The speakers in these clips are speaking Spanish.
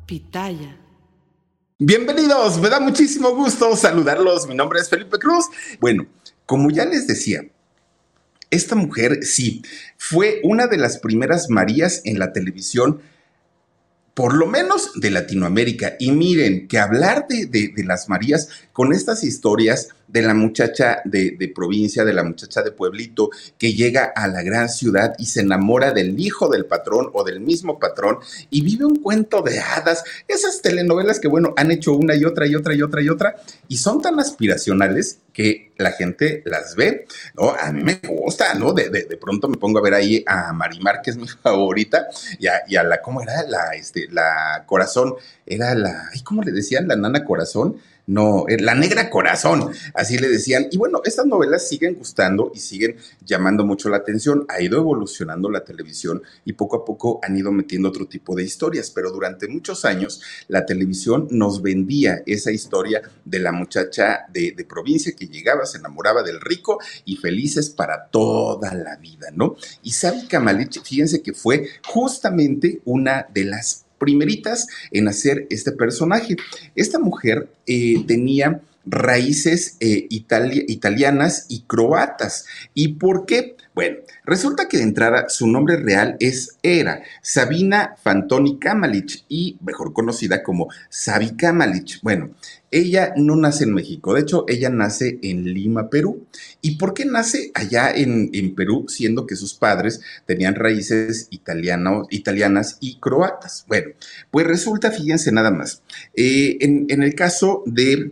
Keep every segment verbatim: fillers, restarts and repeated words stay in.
Pitaya. Bienvenidos, me da muchísimo gusto saludarlos. Mi nombre es Felipe Cruz. Bueno, como ya les decía, esta mujer sí fue una de las primeras Marías en la televisión, por lo menos de Latinoamérica. Y miren, que hablar de, de, de las Marías con estas historias de la muchacha de, de provincia, de la muchacha de pueblito, que llega a la gran ciudad y se enamora del hijo del patrón o del mismo patrón y vive un cuento de hadas. Esas telenovelas que, bueno, han hecho una y otra y otra y otra y otra y son tan aspiracionales que la gente las ve, ¿no? A mí me gusta, ¿no? De, de, de pronto me pongo a ver ahí a Marimar, que es mi favorita, y a, y a la, ¿cómo era? La, este, la Corazón, era la, ay, ¿cómo le decían? La Nana Corazón. No, la Negra Corazón, así le decían. Y bueno, estas novelas siguen gustando y siguen llamando mucho la atención. Ha ido evolucionando la televisión y poco a poco han ido metiendo otro tipo de historias, pero durante muchos años la televisión nos vendía esa historia de la muchacha de, de provincia que llegaba, se enamoraba del rico y felices para toda la vida, ¿no? Y Sabika Malik, fíjense que fue justamente una de las primeritas en hacer este personaje. Esta mujer eh, tenía raíces eh, itali- italianas y croatas. ¿Y por qué? Bueno, resulta que de entrada su nombre real es era Sabina Fantoni Kamalic y mejor conocida como Sabi Kamalic. Bueno, ella no nace en México, de hecho ella nace en Lima, Perú. ¿Y por qué nace allá en, en Perú, siendo que sus padres tenían raíces italiano, italianas y croatas? Bueno, pues resulta, fíjense nada más, eh, en, en el caso de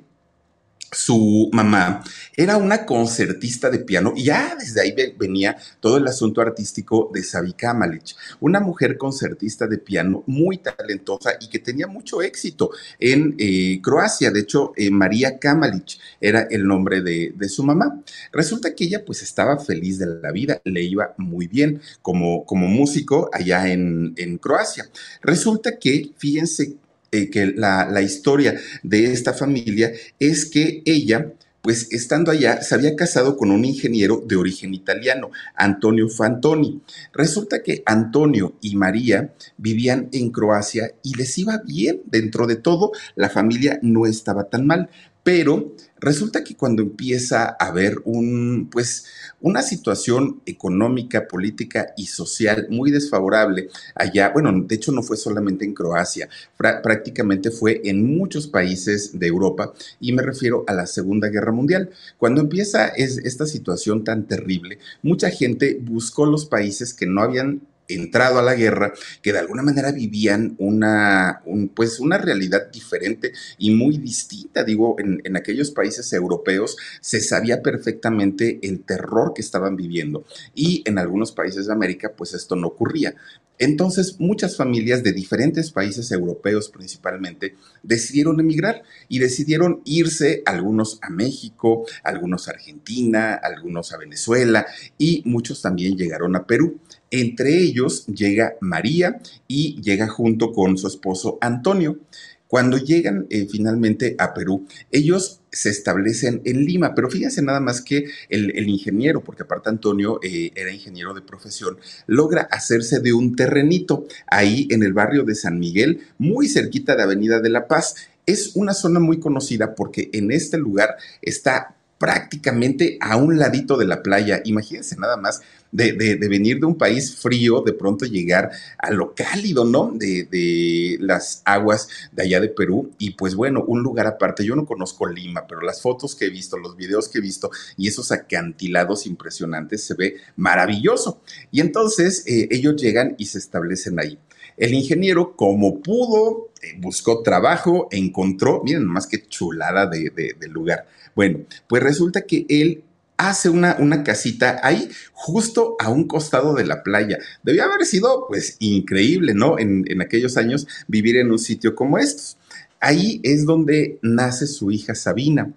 su mamá era una concertista de piano y ya desde ahí venía todo el asunto artístico de Sabika Malik, una mujer concertista de piano muy talentosa y que tenía mucho éxito en eh, Croacia. De hecho, eh, María Kamalic era el nombre de, de su mamá. Resulta que ella pues estaba feliz de la vida, le iba muy bien como, como músico allá en, en Croacia. Resulta que, fíjense, Eh, que la, la historia de esta familia es que ella, pues estando allá, se había casado con un ingeniero de origen italiano, Antonio Fantoni. Resulta que Antonio y María vivían en Croacia y les iba bien. Dentro de todo, la familia no estaba tan mal. Pero resulta que cuando empieza a haber un, pues, una situación económica, política y social muy desfavorable allá, bueno, de hecho no fue solamente en Croacia, pra- prácticamente fue en muchos países de Europa y me refiero a la Segunda Guerra Mundial. Cuando empieza es, esta situación tan terrible, mucha gente buscó los países que no habían entrado a la guerra, que de alguna manera vivían una, un, pues una realidad diferente y muy distinta. Digo, en, en aquellos países europeos se sabía perfectamente el terror que estaban viviendo y en algunos países de América pues esto no ocurría. Entonces, muchas familias de diferentes países europeos principalmente decidieron emigrar y decidieron irse, algunos a México, algunos a Argentina, algunos a Venezuela y muchos también llegaron a Perú. Entre ellos llega María y llega junto con su esposo Antonio. Cuando llegan eh, finalmente a Perú, ellos se establecen en Lima, pero fíjense nada más que el, el ingeniero, porque aparte Antonio eh, era ingeniero de profesión, logra hacerse de un terrenito ahí en el barrio de San Miguel, muy cerquita de Avenida de la Paz. Es una zona muy conocida porque en este lugar está prácticamente a un ladito de la playa. Imagínense nada más de, de, de venir de un país frío, de pronto llegar a lo cálido, ¿no? De, de las aguas de allá de Perú. Y pues bueno, un lugar aparte. Yo no conozco Lima, pero las fotos que he visto, los videos que he visto y esos acantilados impresionantes se ve maravilloso. Y entonces eh, ellos llegan y se establecen ahí. El ingeniero, como pudo, eh, buscó trabajo, encontró, miren más que chulada de, de, de lugar. Bueno, pues resulta que él hace una, una casita ahí, justo a un costado de la playa. Debía haber sido, pues, increíble, ¿no? En, en aquellos años vivir en un sitio como estos. Ahí es donde nace su hija Sabina.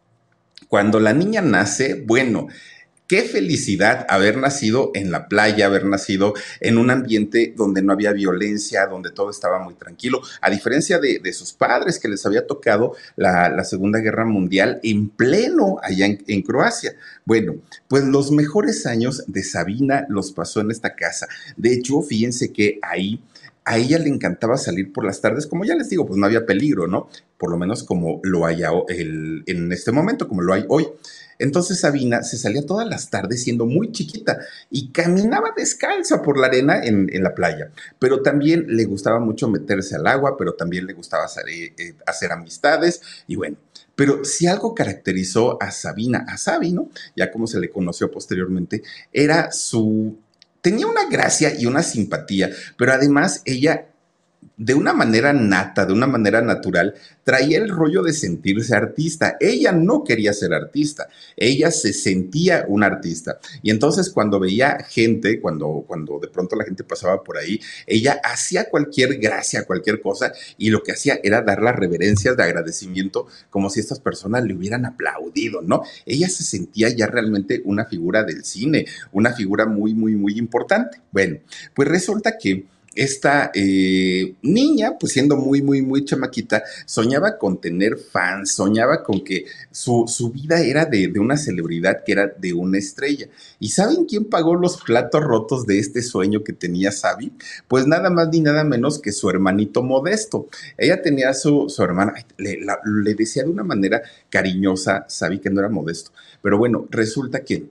Cuando la niña nace, bueno, qué felicidad haber nacido en la playa, haber nacido en un ambiente donde no había violencia, donde todo estaba muy tranquilo, a diferencia de, de sus padres que les había tocado la, la Segunda Guerra Mundial en pleno allá en, en Croacia. Bueno, pues los mejores años de Sabina los pasó en esta casa. De hecho, fíjense que ahí A ella le encantaba salir por las tardes, como ya les digo, pues no había peligro, ¿no? Por lo menos como lo hay a- el- en este momento, como lo hay hoy. Entonces Sabina se salía todas las tardes siendo muy chiquita y caminaba descalza por la arena en, en la playa, pero también le gustaba mucho meterse al agua, pero también le gustaba hacer, eh, eh, hacer amistades y bueno. Pero si algo caracterizó a Sabina, a Sabi, ¿no? Ya como se le conoció posteriormente, era su... Tenía una gracia y una simpatía, pero además ella de una manera nata, de una manera natural, traía el rollo de sentirse artista. Ella no quería ser artista, ella se sentía una artista. Y entonces cuando veía gente, cuando, cuando de pronto la gente pasaba por ahí, ella hacía cualquier gracia, cualquier cosa, y lo que hacía era dar las reverencias de agradecimiento como si estas personas le hubieran aplaudido, ¿no? Ella se sentía ya realmente una figura del cine, una figura muy, muy, muy importante. Bueno, pues resulta que esta eh, niña, pues siendo muy, muy, muy chamaquita, soñaba con tener fans, soñaba con que su, su vida era de, de una celebridad, que era de una estrella. ¿Y saben quién pagó los platos rotos de este sueño que tenía Sabi? Pues nada más ni nada menos que su hermanito Modesto. Ella tenía su, su hermana, le, la, le decía de una manera cariñosa, Sabi, que no era Modesto. Pero bueno, resulta que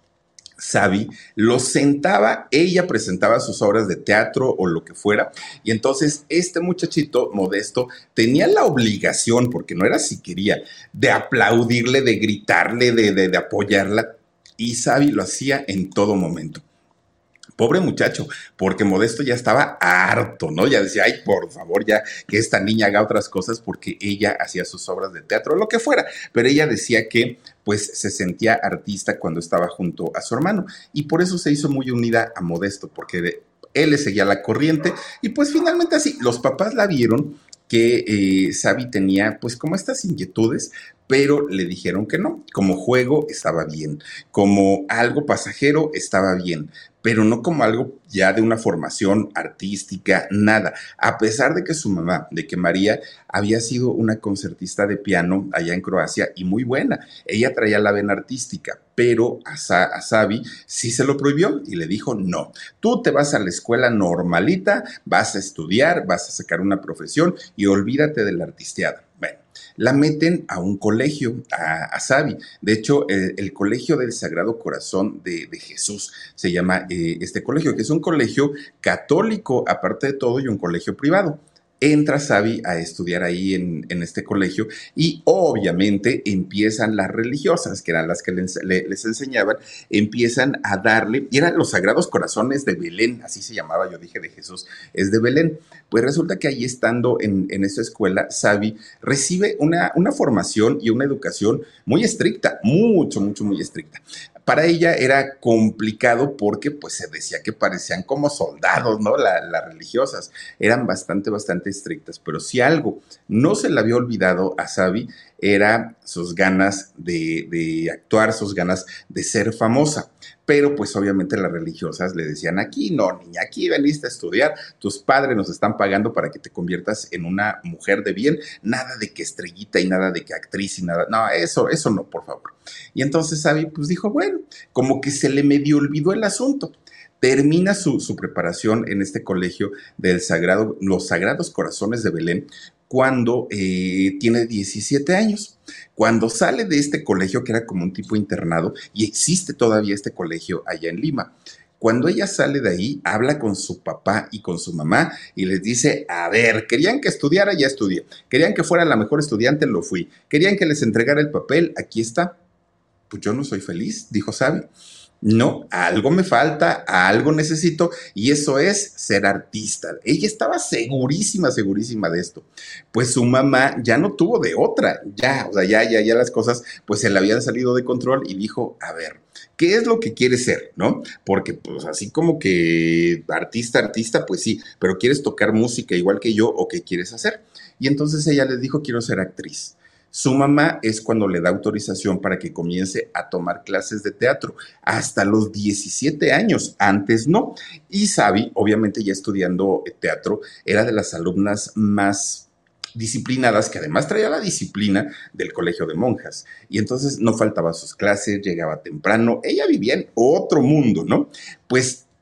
Sabi lo sentaba, ella presentaba sus obras de teatro o lo que fuera, y entonces este muchachito Modesto tenía la obligación, porque no era si quería, de aplaudirle, de gritarle, de, de, de apoyarla, y Sabi lo hacía en todo momento. Pobre muchacho, porque Modesto ya estaba harto, ¿no? Ya decía, ay, por favor, ya que esta niña haga otras cosas porque ella hacía sus obras de teatro, lo que fuera, pero ella decía que pues se sentía artista cuando estaba junto a su hermano y por eso se hizo muy unida a Modesto, porque de, él le seguía la corriente y pues finalmente así, los papás la vieron que eh, Sabi tenía pues como estas inquietudes, pero le dijeron que no, como juego estaba bien, como algo pasajero estaba bien, pero no como algo ya de una formación artística, nada. A pesar de que su mamá, de que María había sido una concertista de piano allá en Croacia y muy buena, ella traía la vena artística, pero a, Sa a Sabi sí se lo prohibió y le dijo, no, tú te vas a la escuela normalita, vas a estudiar, vas a sacar una profesión y olvídate de la artisteada. Bueno, la meten a un colegio, a, a Sabi. De hecho, el, el Colegio del Sagrado Corazón de, de Jesús se llama eh, este colegio, que es un colegio católico, aparte de todo, y un colegio privado. Entra Sabi a estudiar ahí en, en este colegio y obviamente empiezan las religiosas, que eran las que les, les enseñaban, empiezan a darle, y eran los Sagrados Corazones de Belén, así se llamaba, yo dije de Jesús, es de Belén. Pues resulta que ahí estando en, en esta escuela, Sabi recibe una, una formación y una educación muy estricta, mucho, mucho, muy estricta. Para ella era complicado porque pues se decía que parecían como soldados, ¿no? La, las religiosas eran bastante, bastante estrictas, pero si algo no se le había olvidado a Sabi era sus ganas de, de actuar, sus ganas de ser famosa. Pero pues obviamente las religiosas le decían, aquí no, niña, aquí veniste a estudiar, tus padres nos están pagando para que te conviertas en una mujer de bien, nada de que estrellita y nada de que actriz y nada, no, eso, eso no, por favor. Y entonces Sabi pues dijo, bueno, como que se le medio olvidó el asunto. Termina su, su preparación en este colegio del Sagrado, los Sagrados Corazones de Belén cuando eh, tiene diecisiete años. Cuando sale de este colegio, que era como un tipo internado, y existe todavía este colegio allá en Lima, cuando ella sale de ahí, habla con su papá y con su mamá y les dice, a ver, querían que estudiara, ya estudié. Querían que fuera la mejor estudiante, lo fui. Querían que les entregara el papel, aquí está. Pues yo no soy feliz, dijo Sabi. No, algo me falta, algo necesito y eso es ser artista. Ella estaba segurísima, segurísima de esto. Pues su mamá ya no tuvo de otra, ya, o sea, ya, ya, ya las cosas pues se le habían salido de control y dijo, a ver, ¿qué es lo que quieres ser, no? Porque pues así como que artista, artista, pues sí, pero ¿quieres tocar música igual que yo o qué quieres hacer? Y entonces ella les dijo, quiero ser actriz. Su mamá es cuando le da autorización para que comience a tomar clases de teatro hasta los diecisiete años, antes no. Y Sabi, obviamente ya estudiando teatro, era de las alumnas más disciplinadas, que además traía la disciplina del colegio de monjas. Y entonces no faltaba a sus clases, llegaba temprano, ella vivía en otro mundo, ¿no? Pues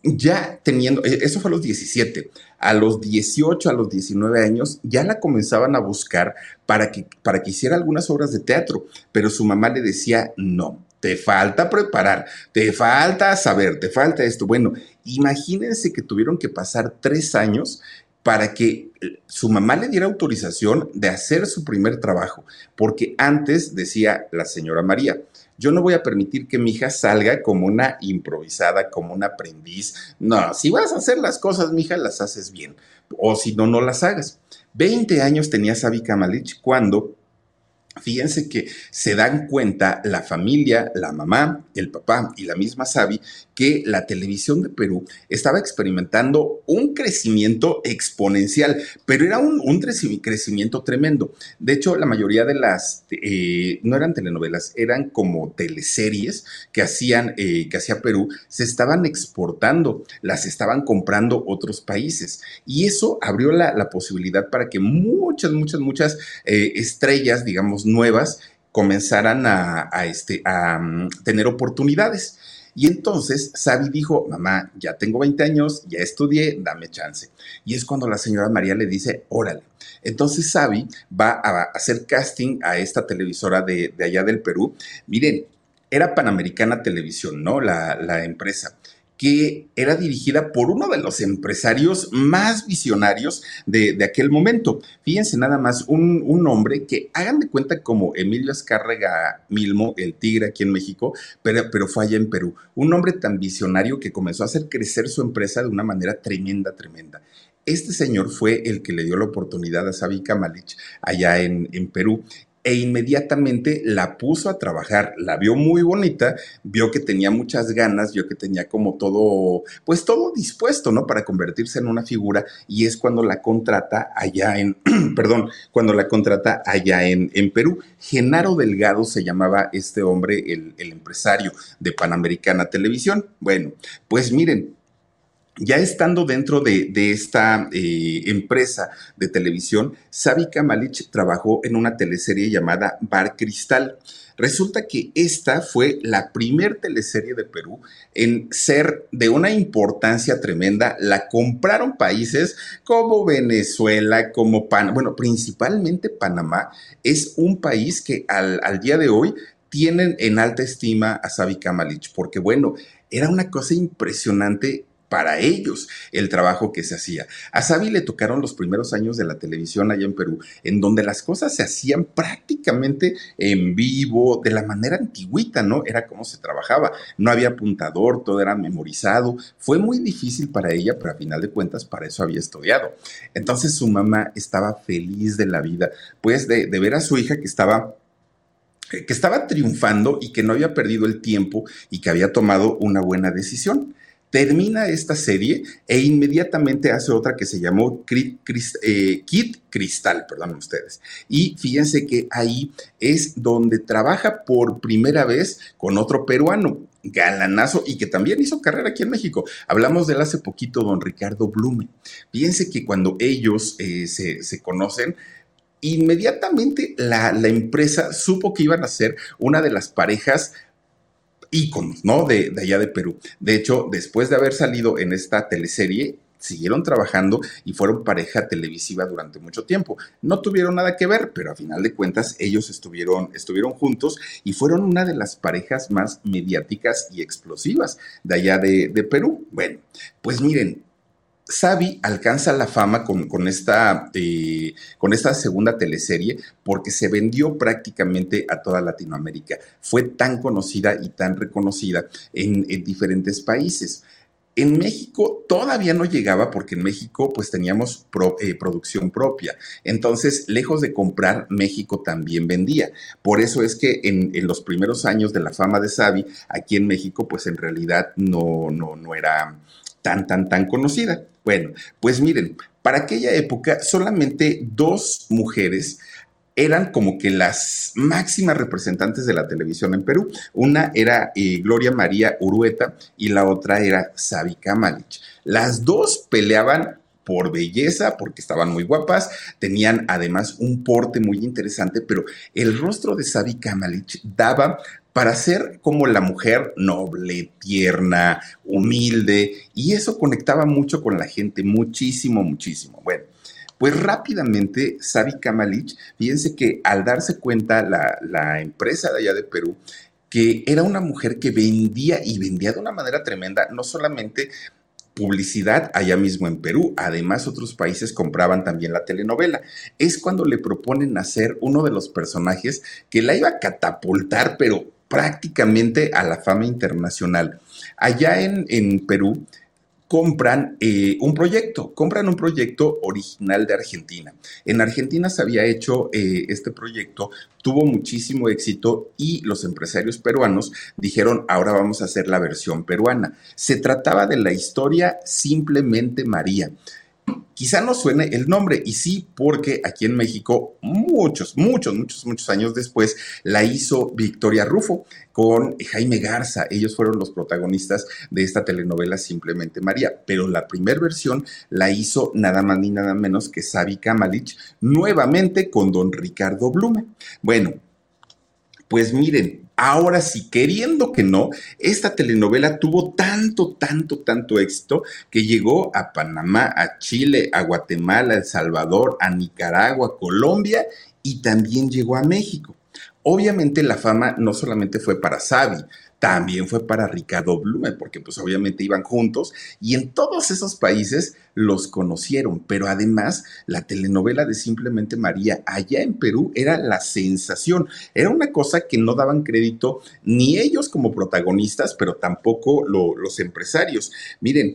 ya teniendo, eh, eso fue a los diecisiete, a los dieciocho, a los diecinueve años, ya la comenzaban a buscar para que, para que hiciera algunas obras de teatro, pero su mamá le decía, no, te falta preparar, te falta saber, te falta esto. Bueno, imagínense que tuvieron que pasar tres años para que su mamá le diera autorización de hacer su primer trabajo, porque antes decía la señora María, yo no voy a permitir que mi hija salga como una improvisada, como un aprendiz. No, si vas a hacer las cosas, mi hija, las haces bien. O si no, no las hagas. Veinte años tenía Savi Kamalich cuando, fíjense que se dan cuenta la familia, la mamá, el papá y la misma Savi que la televisión de Perú estaba experimentando un crecimiento exponencial, pero era un, un crecimiento tremendo. De hecho, la mayoría de las, eh, no eran telenovelas, eran como teleseries que hacían, eh, que hacía Perú, se estaban exportando, las estaban comprando otros países. Y eso abrió la, la posibilidad para que muchas, muchas, muchas eh, estrellas, digamos, nuevas, comenzaran a, a, este, a um, tener oportunidades. Y entonces Savi dijo, mamá, ya tengo veinte años, ya estudié, dame chance. Y es cuando la señora María le dice, órale. Entonces Savi va a hacer casting a esta televisora de, de allá del Perú. Miren, era Panamericana Televisión, ¿no? La, la empresa, que era dirigida por uno de los empresarios más visionarios de, de aquel momento. Fíjense nada más, un, un hombre que hagan de cuenta como Emilio Azcárraga Milmo, el tigre aquí en México, pero, pero fue allá en Perú. Un hombre tan visionario que comenzó a hacer crecer su empresa de una manera tremenda, tremenda. Este señor fue el que le dio la oportunidad a Savi Kamalich allá en, en Perú, e inmediatamente la puso a trabajar, la vio muy bonita, vio que tenía muchas ganas, vio que tenía como todo, pues todo dispuesto, ¿no? Para convertirse en una figura, y es cuando la contrata allá en, perdón, cuando la contrata allá en, en Perú. Genaro Delgado se llamaba este hombre, el, el empresario de Panamericana Televisión. Bueno, pues miren, ya estando dentro de, de esta eh, empresa de televisión, Savi Kamalich trabajó en una teleserie llamada Bar Cristal. Resulta que esta fue la primer teleserie de Perú en ser de una importancia tremenda. La compraron países como Venezuela, como Panamá, bueno, principalmente Panamá. Es un país que al, al día de hoy tienen en alta estima a Savi Kamalich, porque bueno, era una cosa impresionante para ellos el trabajo que se hacía. A Savi le tocaron los primeros años de la televisión allá en Perú, en donde las cosas se hacían prácticamente en vivo, de la manera antigüita, ¿no? Era como se trabajaba, no había apuntador, todo era memorizado. Fue muy difícil para ella, pero a final de cuentas para eso había estudiado. Entonces su mamá estaba feliz de la vida, pues de, de ver a su hija que estaba que estaba triunfando y que no había perdido el tiempo y que había tomado una buena decisión. Termina esta serie e inmediatamente hace otra que se llamó Kid eh, Cristal, perdón ustedes. Y fíjense que ahí es donde trabaja por primera vez con otro peruano, galanazo, y que también hizo carrera aquí en México. Hablamos de él hace poquito, don Ricardo Blume. Fíjense que cuando ellos eh, se, se conocen, inmediatamente la, la empresa supo que iban a ser una de las parejas íconos, ¿no? De, de allá de Perú. De hecho, después de haber salido en esta teleserie, siguieron trabajando y fueron pareja televisiva durante mucho tiempo. No tuvieron nada que ver, pero a final de cuentas ellos estuvieron, estuvieron juntos y fueron una de las parejas más mediáticas y explosivas de allá de, de Perú. Bueno, pues miren, Savi alcanza la fama con, con, esta, eh, con esta segunda teleserie porque se vendió prácticamente a toda Latinoamérica. Fue tan conocida y tan reconocida en, en diferentes países. En México todavía no llegaba porque en México pues teníamos pro, eh, producción propia. Entonces, lejos de comprar, México también vendía. Por eso es que en, en los primeros años de la fama de Savi, aquí en México pues en realidad no, no, no era tan, tan, tan conocida. Bueno, pues miren, para aquella época solamente dos mujeres eran como que las máximas representantes de la televisión en Perú. Una era eh, Gloria María Urueta y la otra era Savi Kamalich. Las dos peleaban por belleza, porque estaban muy guapas, tenían además un porte muy interesante, pero el rostro de Savi Kamalich daba para ser como la mujer noble, tierna, humilde, y eso conectaba mucho con la gente, muchísimo, muchísimo. Bueno, pues rápidamente Savi Kamalich, fíjense que al darse cuenta la, la empresa de allá de Perú, que era una mujer que vendía y vendía de una manera tremenda, no solamente publicidad allá mismo en Perú. Además, otros países compraban también la telenovela. Es cuando le proponen hacer uno de los personajes que la iba a catapultar, pero prácticamente a la fama internacional. Allá en, en Perú compran eh, un proyecto, compran un proyecto original de Argentina. En Argentina se había hecho eh, este proyecto, tuvo muchísimo éxito y los empresarios peruanos dijeron, ahora vamos a hacer la versión peruana. Se trataba de la historia Simplemente María. Quizá no suene el nombre, y sí, porque aquí en México, muchos, muchos, muchos, muchos años después, la hizo Victoria Rufo con Jaime Garza. Ellos fueron los protagonistas de esta telenovela Simplemente María, pero la primera versión la hizo nada más ni nada menos que Savi Kamalich, nuevamente con don Ricardo Blume. Bueno, pues miren, ahora sí, queriendo que no, esta telenovela tuvo tanto, tanto, tanto éxito que llegó a Panamá, a Chile, a Guatemala, a El Salvador, a Nicaragua, Colombia y también llegó a México. Obviamente la fama no solamente fue para Savi, también fue para Ricardo Blume, porque pues obviamente iban juntos y en todos esos países los conocieron, pero además la telenovela de Simplemente María allá en Perú era la sensación, era una cosa que no daban crédito ni ellos como protagonistas, pero tampoco lo, los empresarios. Miren,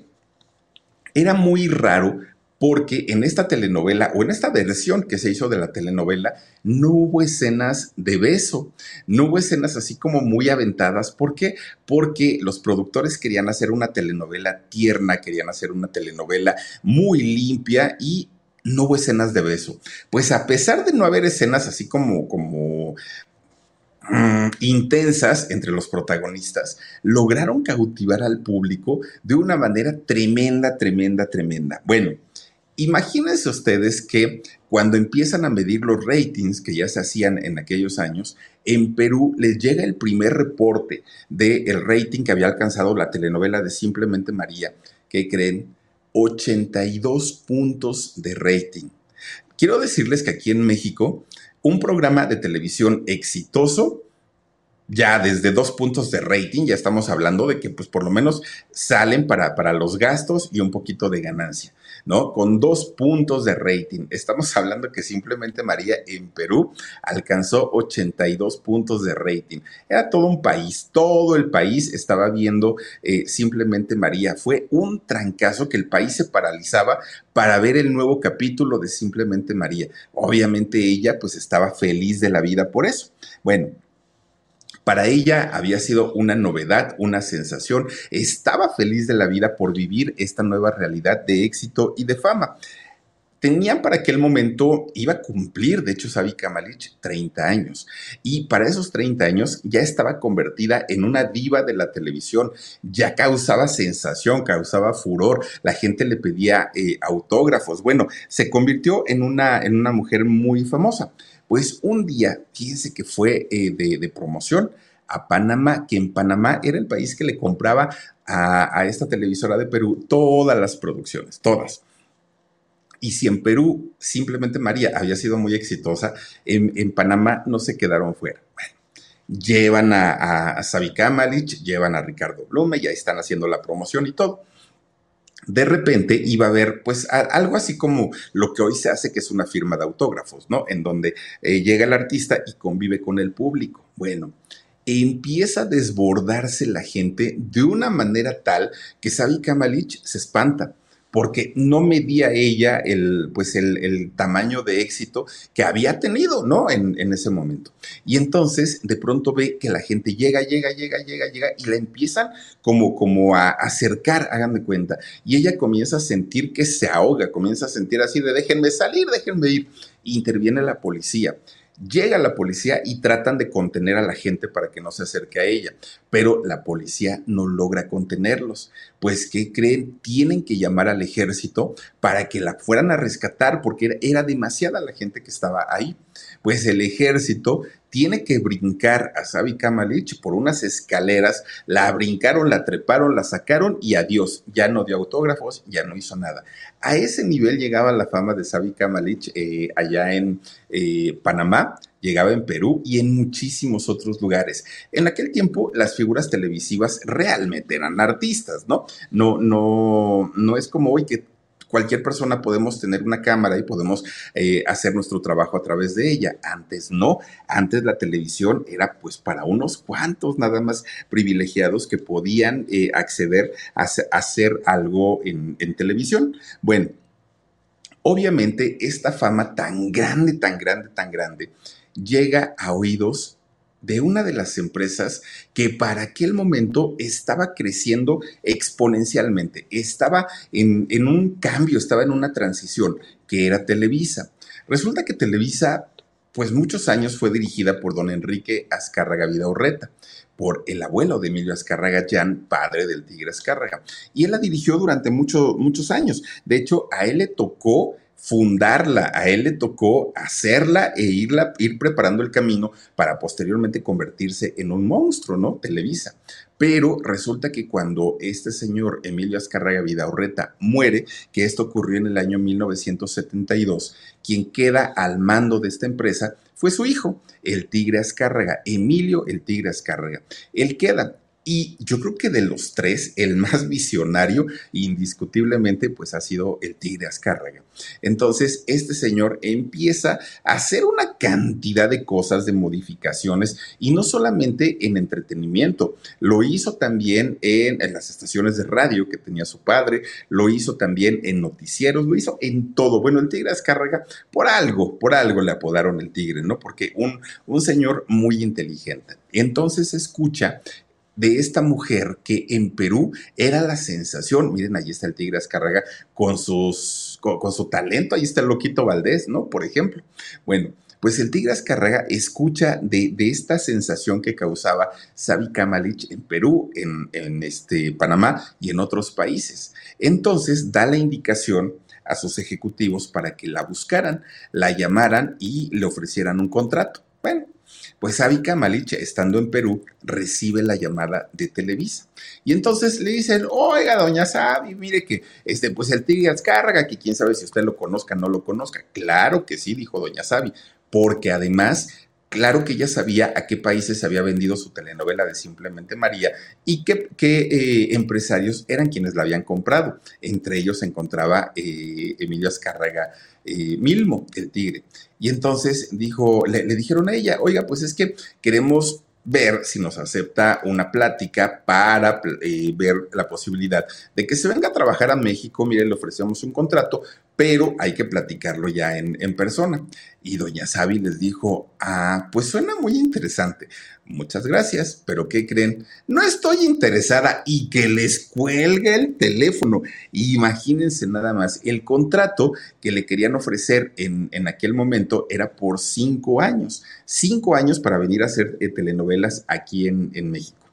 era muy raro porque en esta telenovela o en esta versión que se hizo de la telenovela no hubo escenas de beso, no hubo escenas así como muy aventadas. ¿Por qué? Porque los productores querían hacer una telenovela tierna, querían hacer una telenovela muy limpia y no hubo escenas de beso. Pues a pesar de no haber escenas así como, como Mm, intensas entre los protagonistas, lograron cautivar al público de una manera tremenda, tremenda, tremenda. Bueno, imagínense ustedes que cuando empiezan a medir los ratings que ya se hacían en aquellos años, en Perú les llega el primer reporte del rating que había alcanzado la telenovela de Simplemente María. ¿Qué creen? ochenta y dos puntos de rating. Quiero decirles que aquí en México, un programa de televisión exitoso, ya desde dos puntos de rating, ya estamos hablando de que pues por lo menos salen para, para los gastos y un poquito de ganancia, ¿no? Con dos puntos de rating. Estamos hablando que Simplemente María en Perú alcanzó ochenta y dos puntos de rating. Era todo un país, todo el país estaba viendo eh, Simplemente María. Fue un trancazo que el país se paralizaba para ver el nuevo capítulo de Simplemente María. Obviamente ella pues estaba feliz de la vida por eso. Bueno, para ella había sido una novedad, una sensación. Estaba feliz de la vida por vivir esta nueva realidad de éxito y de fama. Tenía para aquel momento, iba a cumplir, de hecho, Savi Kamalich, treinta años. Y para esos treinta años ya estaba convertida en una diva de la televisión. Ya causaba sensación, causaba furor. La gente le pedía eh, autógrafos. Bueno, se convirtió en una, en una mujer muy famosa. Pues un día, fíjense que fue eh, de, de promoción a Panamá, que en Panamá era el país que le compraba a, a esta televisora de Perú todas las producciones, todas. Y si en Perú Simplemente María había sido muy exitosa, en, en Panamá no se quedaron fuera. Bueno, llevan a, a, a Savi Kamalich, llevan a Ricardo Blume, ya están haciendo la promoción y todo. De repente iba a haber pues a, algo así como lo que hoy se hace, que es una firma de autógrafos, ¿no? En donde eh, llega el artista y convive con el público. Bueno, empieza a desbordarse la gente de una manera tal que Savi Kamalich se espanta, porque no medía ella el, pues el, el tamaño de éxito que había tenido, ¿no? En, en ese momento. Y entonces de pronto ve que la gente llega, llega, llega, llega, llega y la empiezan como, como a acercar, hagan de cuenta. Y ella comienza a sentir que se ahoga, comienza a sentir así de déjenme salir, déjenme ir. Y interviene la policía. Llega la policía y tratan de contener a la gente para que no se acerque a ella, pero la policía no logra contenerlos. Pues, ¿qué creen? Tienen que llamar al ejército para que la fueran a rescatar porque era, era demasiada la gente que estaba ahí. Pues el ejército tiene que brincar a Savi Kamalich por unas escaleras, la brincaron, la treparon, la sacaron y adiós, ya no dio autógrafos, ya no hizo nada. A ese nivel llegaba la fama de Savi Kamalich eh, allá en eh, Panamá, llegaba en Perú y en muchísimos otros lugares. En aquel tiempo las figuras televisivas realmente eran artistas, ¿no? No, no, no es como hoy que cualquier persona podemos tener una cámara y podemos eh, hacer nuestro trabajo a través de ella. Antes no, antes la televisión era pues para unos cuantos nada más privilegiados que podían eh, acceder a, a hacer algo en, en televisión. Bueno, obviamente esta fama tan grande, tan grande, tan grande, llega a oídos de una de las empresas que para aquel momento estaba creciendo exponencialmente, estaba en, en un cambio, estaba en una transición, que era Televisa. Resulta que Televisa, pues muchos años fue dirigida por don Enrique Azcárraga Vidaurreta, por el abuelo de Emilio Azcárraga Llán, padre del Tigre Azcárraga. Y él la dirigió durante mucho, muchos años. De hecho, a él le tocó fundarla, a él le tocó hacerla e irla, ir preparando el camino para posteriormente convertirse en un monstruo, ¿no? Televisa. Pero resulta que cuando este señor Emilio Azcárraga Vidaurreta muere, que esto ocurrió en el año mil novecientos setenta y dos, quien queda al mando de esta empresa fue su hijo, el Tigre Azcárraga, Emilio el Tigre Azcárraga. Él queda. Y yo creo que de los tres, el más visionario, indiscutiblemente, pues ha sido el Tigre Azcárraga. Entonces, este señor empieza a hacer una cantidad de cosas, de modificaciones, y no solamente en entretenimiento, lo hizo también en, en las estaciones de radio que tenía su padre, lo hizo también en noticieros, lo hizo en todo. Bueno, el Tigre Azcárraga, por algo, por algo le apodaron el Tigre, ¿no? Porque un, un señor muy inteligente. Entonces escucha de esta mujer que en Perú era la sensación. Miren, ahí está el Tigre Azcárraga con, sus, con, con su talento, ahí está el Loquito Valdés, ¿no? Por ejemplo. Bueno, pues el Tigre Azcárraga escucha de, de esta sensación que causaba Savi Kamalich en Perú, en, en este, Panamá y en otros países. Entonces da la indicación a sus ejecutivos para que la buscaran, la llamaran y le ofrecieran un contrato. Bueno, pues Savi Kamalich, estando en Perú, recibe la llamada de Televisa. Y entonces le dicen, oiga, doña Savi, mire que este, pues el Tigre Azcárraga, que quién sabe si usted lo conozca o no lo conozca. Claro que sí, dijo doña Savi, porque además, claro que ella sabía a qué países había vendido su telenovela de Simplemente María y qué, qué eh, empresarios eran quienes la habían comprado. Entre ellos se encontraba eh, Emilio Azcárraga eh, Milmo, el Tigre. Y entonces dijo, le, le dijeron a ella, oiga, pues es que queremos ver si nos acepta una plática para eh, ver la posibilidad de que se venga a trabajar a México. Mire, le ofrecemos un contrato, pero hay que platicarlo ya en, en persona. Y doña Savi les dijo, ah, pues suena muy interesante. Muchas gracias, pero ¿qué creen? No estoy interesada, y que les cuelga el teléfono. Imagínense nada más, el contrato que le querían ofrecer en, en aquel momento era por cinco años. Cinco años para venir a hacer eh, telenovelas aquí en, en México.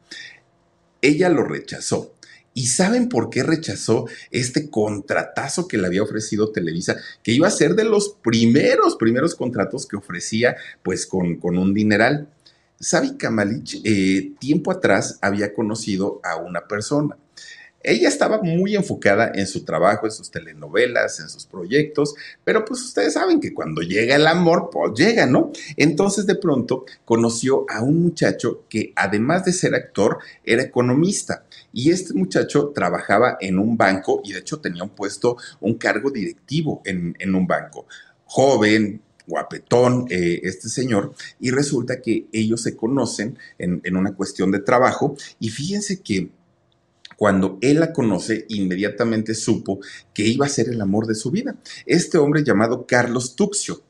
Ella lo rechazó. ¿Y saben por qué rechazó este contratazo que le había ofrecido Televisa? Que iba a ser de los primeros, primeros contratos que ofrecía, pues con, con un dineral. Savi Kamalich, eh, tiempo atrás, había conocido a una persona. Ella estaba muy enfocada en su trabajo, en sus telenovelas, en sus proyectos, pero pues ustedes saben que cuando llega el amor, pues llega, ¿no? Entonces de pronto conoció a un muchacho que además de ser actor, era economista. Y este muchacho trabajaba en un banco y de hecho tenía un puesto, un cargo directivo en, en un banco. Joven, guapetón, eh, este señor, y resulta que ellos se conocen en, en una cuestión de trabajo, y fíjense que cuando él la conoce, inmediatamente supo que iba a ser el amor de su vida. Este hombre llamado Carlos Tuxio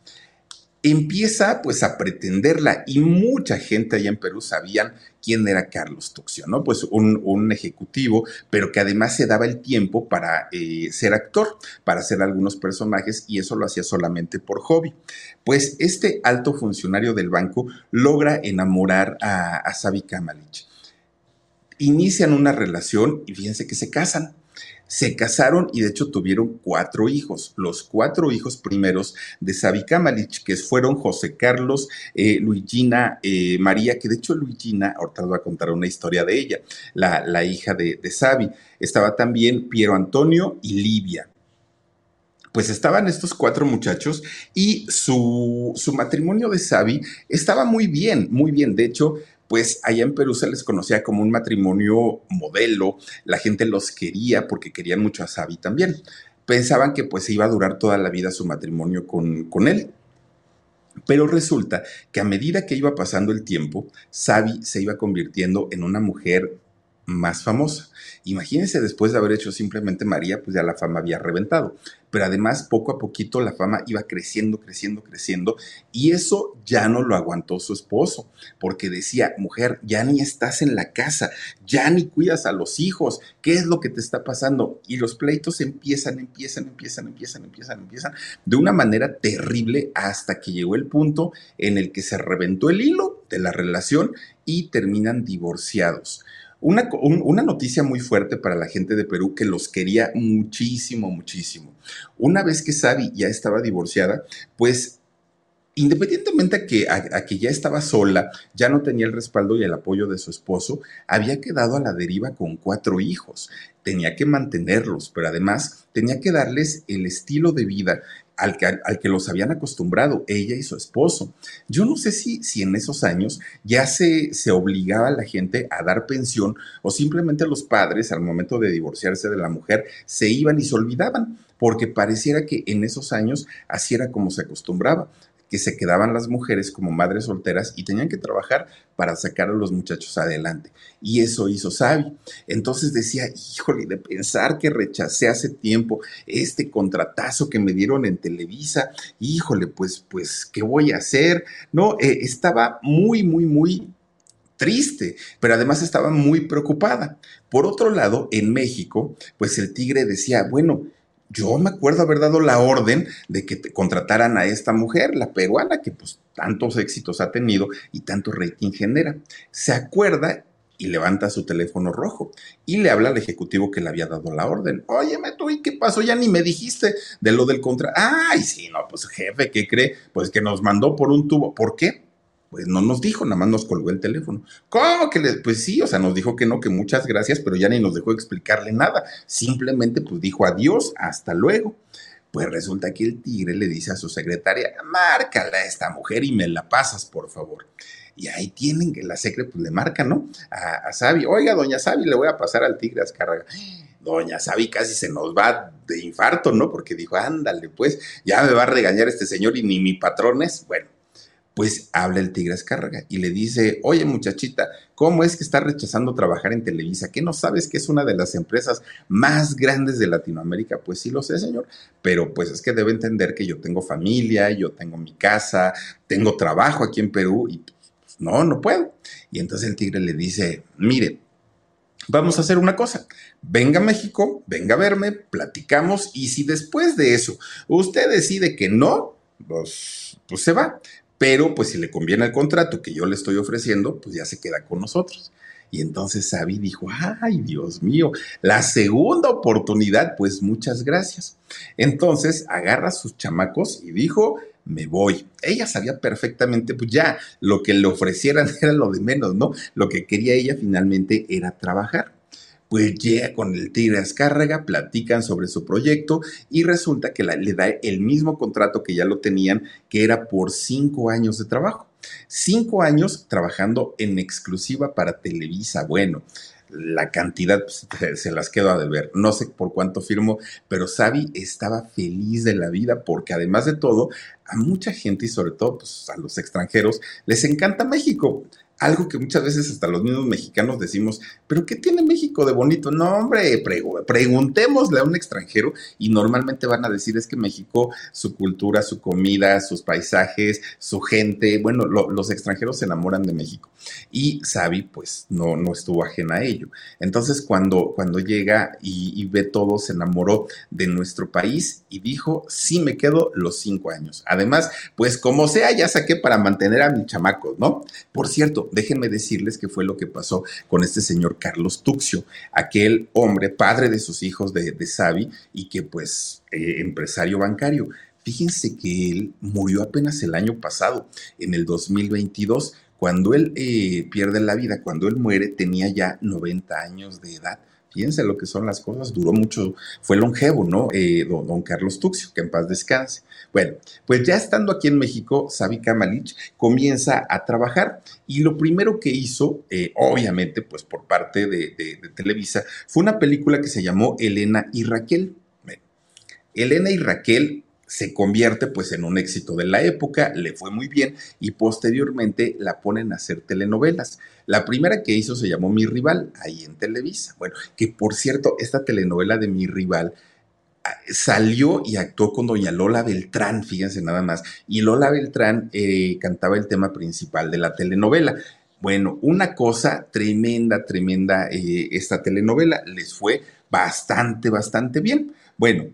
empieza pues a pretenderla, y mucha gente allá en Perú sabían quién era Carlos Tuxio, ¿no? Pues un, un ejecutivo, pero que además se daba el tiempo para eh, ser actor, para hacer algunos personajes, y eso lo hacía solamente por hobby. Pues este alto funcionario del banco logra enamorar a, a Savi Kamalich. Inician una relación y fíjense que se casan. Se casaron y de hecho tuvieron cuatro hijos, los cuatro hijos primeros de Savi Kamalich, que fueron José Carlos, eh, Luigina, eh, María, que de hecho Luigina, ahorita les voy a contar una historia de ella, la, la hija de, de Savi. Estaba también Piero Antonio y Livia. Pues estaban estos cuatro muchachos y su, su matrimonio de Savi estaba muy bien, muy bien. De hecho, pues allá en Perú se les conocía como un matrimonio modelo. La gente los quería porque querían mucho a Savi también. Pensaban que pues iba a durar toda la vida su matrimonio con, con él. Pero resulta que a medida que iba pasando el tiempo, Savi se iba convirtiendo en una mujer más famosa. Imagínense, después de haber hecho simplemente María, pues ya la fama había reventado. Pero además, poco a poquito, la fama iba creciendo, creciendo, creciendo. Y eso ya no lo aguantó su esposo, porque decía, mujer, ya ni estás en la casa, ya ni cuidas a los hijos, ¿qué es lo que te está pasando? Y los pleitos empiezan, empiezan, empiezan, empiezan, empiezan, empiezan, de una manera terrible hasta que llegó el punto en el que se reventó el hilo de la relación y terminan divorciados. Una, un, una noticia muy fuerte para la gente de Perú que los quería muchísimo, muchísimo. Una vez que Savi ya estaba divorciada, pues independientemente a que, a, a que ya estaba sola, ya no tenía el respaldo y el apoyo de su esposo, había quedado a la deriva con cuatro hijos. Tenía que mantenerlos, pero además tenía que darles el estilo de vida al que, al que los habían acostumbrado ella y su esposo. Yo no sé si, si en esos años ya se, se obligaba a la gente a dar pensión o simplemente los padres al momento de divorciarse de la mujer se iban y se olvidaban, porque pareciera que en esos años así era como se acostumbraba, que se quedaban las mujeres como madres solteras y tenían que trabajar para sacar a los muchachos adelante. Y eso hizo Savi. Entonces decía, híjole, de pensar que rechacé hace tiempo este contratazo que me dieron en Televisa, híjole, pues, pues, ¿qué voy a hacer? No, eh, estaba muy, muy, muy triste, pero además estaba muy preocupada. Por otro lado, en México, pues el Tigre decía, bueno, yo me acuerdo haber dado la orden de que te contrataran a esta mujer, la peruana, que pues tantos éxitos ha tenido y tanto rating genera. Se acuerda y levanta su teléfono rojo y le habla al ejecutivo que le había dado la orden. Óyeme tú, ¿y qué pasó? Ya ni me dijiste de lo del contra... Ay, sí, no, pues jefe, ¿qué cree? Pues que nos mandó por un tubo. ¿Por qué? Pues no nos dijo, nada más nos colgó el teléfono. ¿Cómo que le? Pues sí, o sea, nos dijo que no, que muchas gracias, pero ya ni nos dejó explicarle nada. Simplemente pues dijo adiós, hasta luego. Pues resulta que el Tigre le dice a su secretaria, márcala a esta mujer y me la pasas, por favor. Y ahí tienen que la secre pues le marca, ¿no? A, a Savi, oiga, doña Savi, le voy a pasar al Tigre Azcárraga. Doña Savi casi se nos va de infarto, ¿no? Porque dijo, ándale, pues, ya me va a regañar este señor y ni mi patrón es. Bueno, pues habla el Tigre Azcárraga y le dice, oye muchachita, ¿cómo es que está rechazando trabajar en Televisa? ¿Qué no sabes que es una de las empresas más grandes de Latinoamérica? Pues sí lo sé, señor, pero pues es que debe entender que yo tengo familia, yo tengo mi casa, tengo trabajo aquí en Perú y pues, no, no puedo. Y entonces el Tigre le dice, mire, vamos a hacer una cosa, venga a México, venga a verme, platicamos y si después de eso usted decide que no, pues, pues se va. Pero pues si le conviene el contrato que yo le estoy ofreciendo, pues ya se queda con nosotros. Y entonces Savi dijo, ay, Dios mío, la segunda oportunidad, pues muchas gracias. Entonces agarra a sus chamacos y dijo, me voy. Ella sabía perfectamente, pues ya, lo que le ofrecieran era lo de menos, ¿no? Lo que quería ella finalmente era trabajar. Pues llega con el Tigre Azcárraga, platican sobre su proyecto y resulta que la, le da el mismo contrato que ya lo tenían, que era por cinco años de trabajo. Cinco años trabajando en exclusiva para Televisa. Bueno, la cantidad pues, se las quedo a deber. No sé por cuánto firmó, pero Savi estaba feliz de la vida porque además de todo, a mucha gente y sobre todo pues, a los extranjeros les encanta México. Algo que muchas veces hasta los mismos mexicanos decimos, ¿pero qué tiene México de bonito? No, hombre, pregu- preguntémosle a un extranjero y normalmente van a decir es que México, su cultura, su comida, sus paisajes, su gente, bueno, lo, los extranjeros se enamoran de México. Y Savi, pues, no, no estuvo ajena a ello. Entonces, cuando, cuando llega y, y ve todo, se enamoró de nuestro país y dijo, sí me quedo los cinco años. Además, pues, como sea, ya saqué para mantener a mis chamacos, ¿no? Por cierto, déjenme decirles qué fue lo que pasó con este señor Carlos Tuxio, aquel hombre, padre de sus hijos de, de Savi y que pues eh, empresario bancario. Fíjense que él murió apenas el año pasado, en el dos mil veintidós. Cuando él eh, pierde la vida, cuando él muere, tenía ya noventa años de edad. Fíjense lo que son las cosas, duró mucho, fue longevo, ¿no? Eh, don, don Carlos Tuxio, que en paz descanse. Bueno, pues ya estando aquí en México, Savi Kamalich comienza a trabajar y lo primero que hizo, eh, obviamente, pues por parte de, de, de Televisa, fue una película que se llamó Elena y Raquel. Bueno, Elena y Raquel se convierte pues en un éxito de la época, le fue muy bien y posteriormente la ponen a hacer telenovelas. La primera que hizo se llamó Mi Rival, ahí en Televisa. Bueno, que por cierto, esta telenovela de Mi Rival salió y actuó con doña Lola Beltrán, fíjense nada más, y Lola Beltrán eh, cantaba el tema principal de la telenovela. Bueno, una cosa tremenda, tremenda eh, esta telenovela, les fue bastante, bastante bien. Bueno,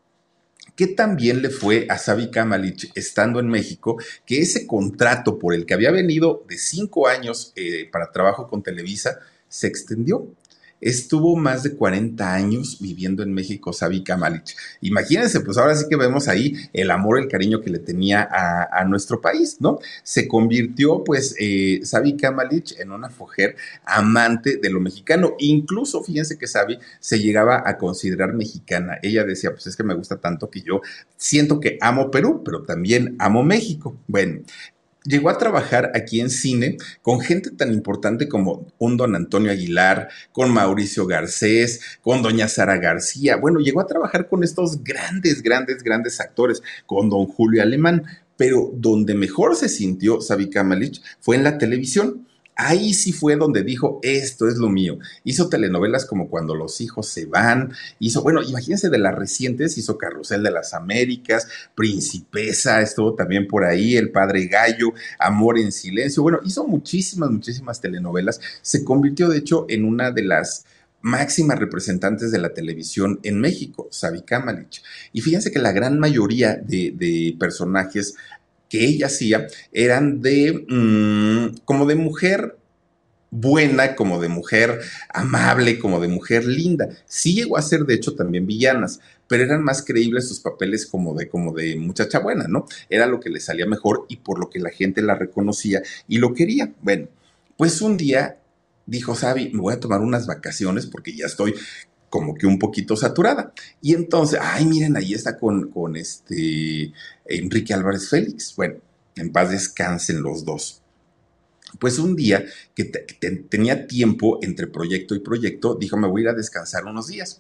¿qué tan bien le fue a Savi Kamalich estando en México que ese contrato por el que había venido de cinco años eh, para trabajo con Televisa se extendió? Estuvo más de cuarenta años viviendo en México Savi Kamalich. Imagínense, pues ahora sí que vemos ahí el amor, el cariño que le tenía a, a nuestro país, ¿no? Se convirtió, pues, eh, Savi Kamalich en una mujer amante de lo mexicano. Incluso, fíjense que Savi se llegaba a considerar mexicana. Ella decía, pues es que me gusta tanto que yo siento que amo Perú, pero también amo México. Bueno, llegó a trabajar aquí en cine con gente tan importante como un don Antonio Aguilar, con Mauricio Garcés, con doña Sara García. Bueno, llegó a trabajar con estos grandes, grandes, grandes actores, con don Julio Alemán, pero donde mejor se sintió Savi Kamalich fue en la televisión. Ahí sí fue donde dijo, esto es lo mío. Hizo telenovelas como Cuando los hijos se van, hizo, bueno, imagínense de las recientes, hizo Carrusel de las Américas, Principesa, estuvo también por ahí, El Padre Gallo, Amor en Silencio, bueno, hizo muchísimas, muchísimas telenovelas. Se convirtió, de hecho, en una de las máximas representantes de la televisión en México, Savi Kamalich. Y fíjense que la gran mayoría de, de personajes que ella hacía eran de mmm, como de mujer buena, como de mujer amable, como de mujer linda. Sí llegó a ser, de hecho, también villanas, pero eran más creíbles sus papeles como de, como de muchacha buena, ¿no? Era lo que le salía mejor y por lo que la gente la reconocía y lo quería. Bueno, pues un día dijo Savi, me voy a tomar unas vacaciones porque ya estoy como que un poquito saturada. Y entonces, ay, miren, ahí está con, con este Enrique Álvarez Félix. Bueno, en paz descansen los dos. Pues un día que te, te, tenía tiempo entre proyecto y proyecto, dijo, me voy a ir a descansar unos días.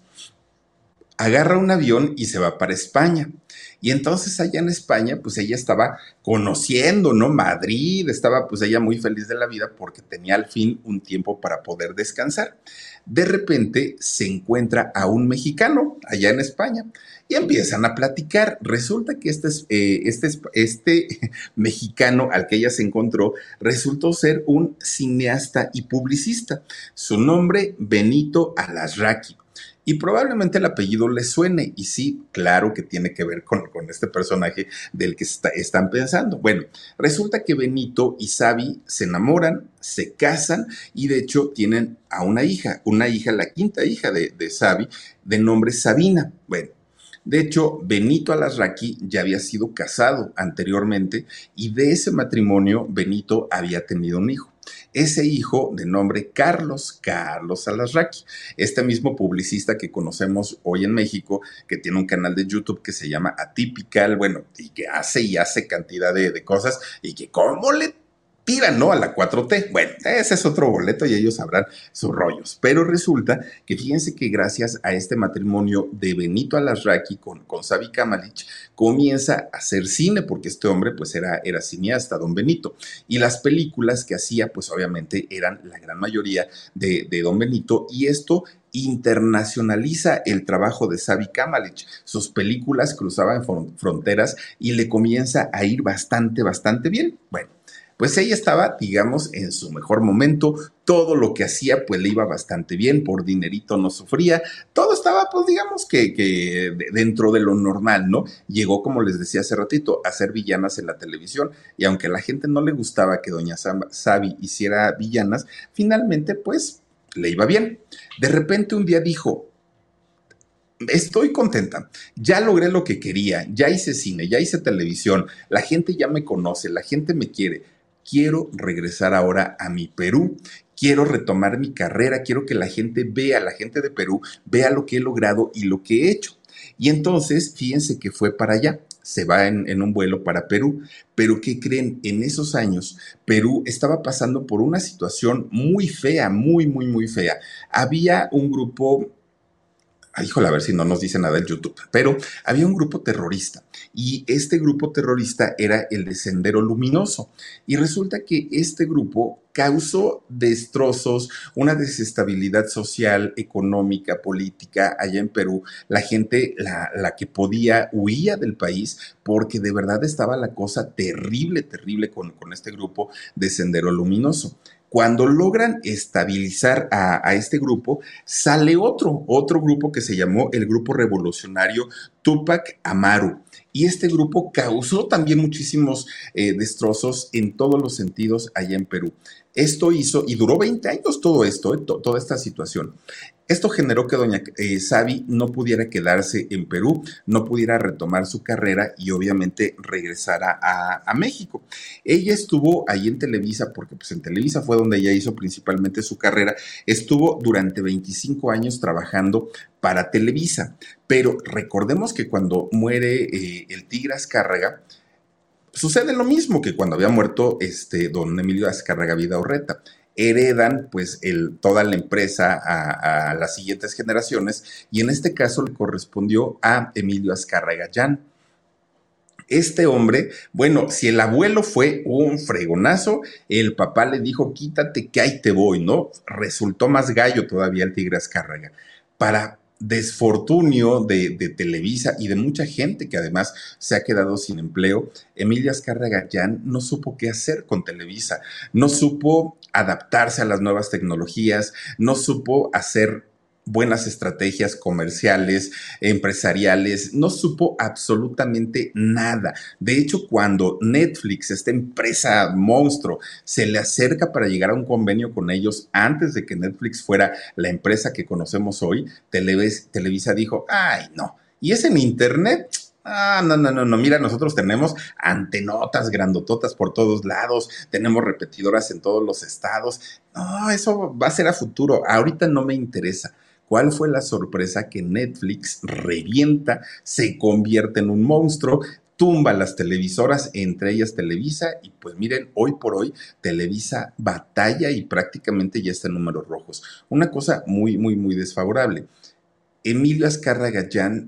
Agarra un avión y se va para España. Y entonces allá en España, pues ella estaba conociendo, ¿no? Madrid, estaba pues ella muy feliz de la vida porque tenía al fin un tiempo para poder descansar. De repente se encuentra a un mexicano allá en España y empiezan a platicar. Resulta que este, eh, este, este mexicano al que ella se encontró resultó ser un cineasta y publicista. Su nombre, Benito Alasraqui. Y probablemente el apellido les suene, y sí, claro que tiene que ver con, con este personaje del que está, están pensando. Bueno, resulta que Benito y Savi se enamoran, se casan y de hecho tienen a una hija, una hija, la quinta hija de, de Savi, de nombre Sabina. Bueno, de hecho, Benito Alasraqui ya había sido casado anteriormente y de ese matrimonio Benito había tenido un hijo. Ese hijo de nombre Carlos, Carlos Alasraqui, este mismo publicista que conocemos hoy en México, que tiene un canal de YouTube que se llama Atypical, bueno, y que hace y hace cantidad de, de cosas, y que cómo le tiran, ¿no? A la cuatro T. Bueno, ese es otro boleto y ellos sabrán sus rollos. Pero resulta que fíjense que gracias a este matrimonio de Benito Alasraqui con, con Savi Kamalich, comienza a hacer cine, porque este hombre pues era, era cineasta, don Benito. Y las películas que hacía pues obviamente eran la gran mayoría de, de don Benito, y esto internacionaliza el trabajo de Savi Kamalich. Sus películas cruzaban fronteras y le comienza a ir bastante, bastante bien. Bueno, pues ella estaba, digamos, en su mejor momento, todo lo que hacía pues le iba bastante bien, por dinerito no sufría, todo estaba pues digamos que, que dentro de lo normal, ¿no? Llegó, como les decía hace ratito, a ser villanas en la televisión y aunque a la gente no le gustaba que doña Sabi hiciera villanas, finalmente pues le iba bien. De repente un día dijo, estoy contenta, ya logré lo que quería, ya hice cine, ya hice televisión, la gente ya me conoce, la gente me quiere, quiero regresar ahora a mi Perú, quiero retomar mi carrera, quiero que la gente vea, la gente de Perú vea lo que he logrado y lo que he hecho. Y entonces, fíjense que fue para allá, se va en, en un vuelo para Perú, pero ¿qué creen? En esos años, Perú estaba pasando por una situación muy fea, muy, muy, muy fea. Había un grupo. Ay, híjole, a ver si no nos dice nada el YouTube, pero había un grupo terrorista y este grupo terrorista era el de Sendero Luminoso y resulta que este grupo causó destrozos, una desestabilidad social, económica, política allá en Perú. La gente, la, la que podía, huía del país porque de verdad estaba la cosa terrible, terrible con, con este grupo de Sendero Luminoso. Cuando logran estabilizar a, a, este grupo, sale otro, otro grupo que se llamó el Grupo Revolucionario Tupac Amaru. Y este grupo causó también muchísimos eh, destrozos en todos los sentidos allá en Perú. Esto hizo, y duró veinte años todo esto, eh, to, toda esta situación. Esto generó que doña eh, Sabi no pudiera quedarse en Perú, no pudiera retomar su carrera y obviamente regresara a, a México. Ella estuvo ahí en Televisa, porque pues en Televisa fue donde ella hizo principalmente su carrera, estuvo durante veinticinco años trabajando para Televisa, pero recordemos que cuando muere eh, el Tigre Azcárraga, sucede lo mismo que cuando había muerto este don Emilio Azcárraga Vidaurreta. Heredan pues el, toda la empresa a, a las siguientes generaciones y en este caso le correspondió a Emilio Azcárraga Llán. Este hombre, bueno, si el abuelo fue un fregonazo, el papá le dijo, quítate que ahí te voy, ¿no? Resultó más gallo todavía el Tigre Azcárraga. Para desfortunio de, de Televisa y de mucha gente que además se ha quedado sin empleo, Emilio Azcárraga Llán no supo qué hacer con Televisa, no supo adaptarse a las nuevas tecnologías, no supo hacer buenas estrategias comerciales, empresariales, no supo absolutamente nada. De hecho, cuando Netflix, esta empresa monstruo, se le acerca para llegar a un convenio con ellos antes de que Netflix fuera la empresa que conocemos hoy, Televis, Televisa dijo, ay, no, ¿y es en internet? Ah, no, no, no, no, mira, nosotros tenemos antenotas grandototas por todos lados, tenemos repetidoras en todos los estados. No, eso va a ser a futuro, ahorita no me interesa. ¿Cuál fue la sorpresa? Que Netflix revienta, se convierte en un monstruo, tumba las televisoras, entre ellas Televisa, y pues miren, hoy por hoy Televisa batalla y prácticamente ya está en números rojos. Una cosa muy, muy, muy desfavorable. Emilio Azcárraga Llán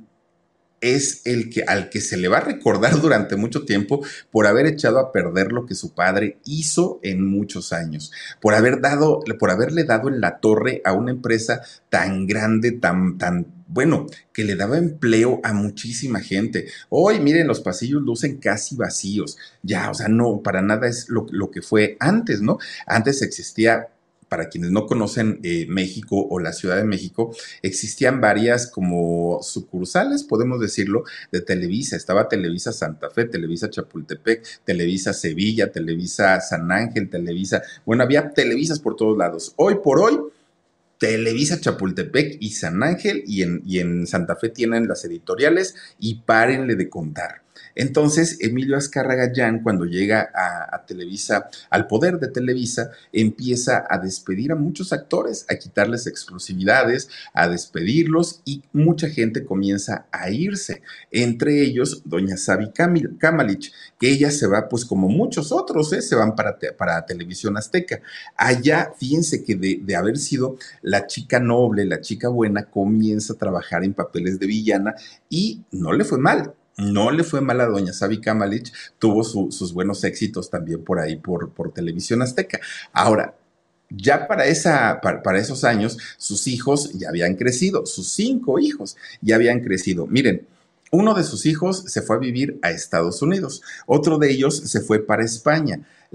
es el que, al que se le va a recordar durante mucho tiempo por haber echado a perder lo que su padre hizo en muchos años, por haber dado, por haberle dado en la torre a una empresa tan grande, tan, tan bueno, que le daba empleo a muchísima gente. Hoy, miren, los pasillos lucen casi vacíos. Ya, o sea, no, para nada es lo, lo que fue antes, ¿no? Antes existía, para quienes no conocen eh, México o la Ciudad de México, existían varias como sucursales, podemos decirlo, de Televisa. Estaba Televisa Santa Fe, Televisa Chapultepec, Televisa Sevilla, Televisa San Ángel, Televisa, bueno, había televisas por todos lados. Hoy por hoy, Televisa Chapultepec y San Ángel y en, y en Santa Fe tienen las editoriales y párenle de contar. Entonces, Emilio Azcárraga Llán, cuando llega a, a Televisa, al poder de Televisa, empieza a despedir a muchos actores, a quitarles exclusividades, a despedirlos y mucha gente comienza a irse. Entre ellos, doña Sabi Kamalich, que ella se va, pues como muchos otros, ¿eh? Se van para, te, para Televisión Azteca. Allá, fíjense que de, de haber sido la chica noble, la chica buena, comienza a trabajar en papeles de villana y no le fue mal. No le fue mal a doña Sabi Kamalich, tuvo su, sus buenos éxitos también por ahí, por, por Televisión Azteca. Ahora, ya para, esa, para, para esos años, sus hijos ya habían crecido, sus cinco hijos ya habían crecido. Miren, uno de sus hijos se fue a vivir a Estados Unidos, otro de ellos se fue para España.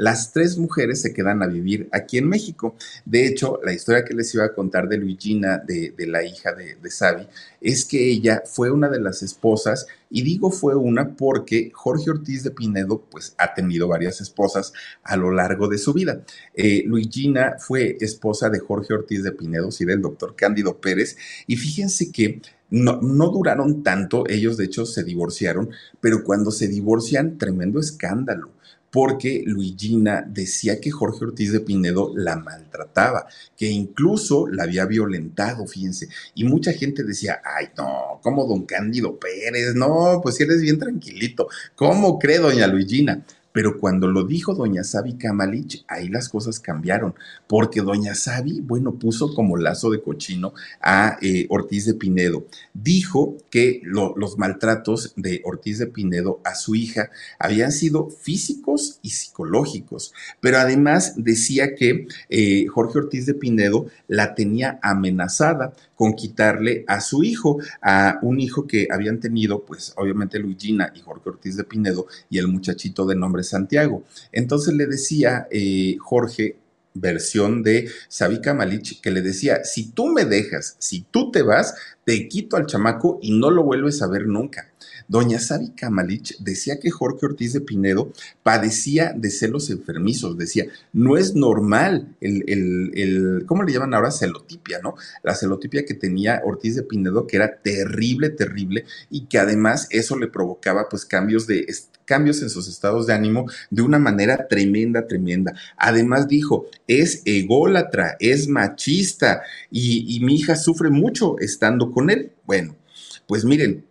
las tres mujeres se quedan a vivir aquí en México. De hecho, la historia que les iba a contar de Luigina, de, de la hija de, de Savi, es que ella fue una de las esposas, y digo fue una porque Jorge Ortiz de Pinedo pues ha tenido varias esposas a lo largo de su vida. Eh, Luigina fue esposa de Jorge Ortiz de Pinedo, sí, del doctor Cándido Pérez, y fíjense que no, no duraron tanto, ellos de hecho se divorciaron, pero cuando se divorcian, tremendo escándalo, porque Luigina decía que Jorge Ortiz de Pinedo la maltrataba, que incluso la había violentado, fíjense, y mucha gente decía, ay no, ¿cómo don Cándido Pérez? No, pues si eres bien tranquilito, ¿cómo cree doña Luigina? Pero cuando lo dijo doña Savi Kamalich, ahí las cosas cambiaron, porque doña Savi, bueno, puso como lazo de cochino a eh, Ortiz de Pinedo. Dijo que lo, los maltratos de Ortiz de Pinedo a su hija habían sido físicos y psicológicos, pero además decía que eh, Jorge Ortiz de Pinedo la tenía amenazada con quitarle a su hijo, a un hijo que habían tenido, pues obviamente Luigina y Jorge Ortiz de Pinedo y el muchachito de nombre Santiago. Entonces le decía eh, Jorge, versión de Savi Kamalich, que le decía, si tú me dejas, si tú te vas, te quito al chamaco y no lo vuelves a ver nunca. Doña Savi Kamalich decía que Jorge Ortiz de Pinedo padecía de celos enfermizos, decía, no es normal el, el, el, ¿cómo le llaman ahora? Celotipia, ¿no? La celotipia que tenía Ortiz de Pinedo, que era terrible, terrible, y que además eso le provocaba pues cambios de cambios en sus estados de ánimo de una manera tremenda, tremenda. Además dijo, es ególatra, es machista, y, y mi hija sufre mucho estando con él. Bueno, pues miren,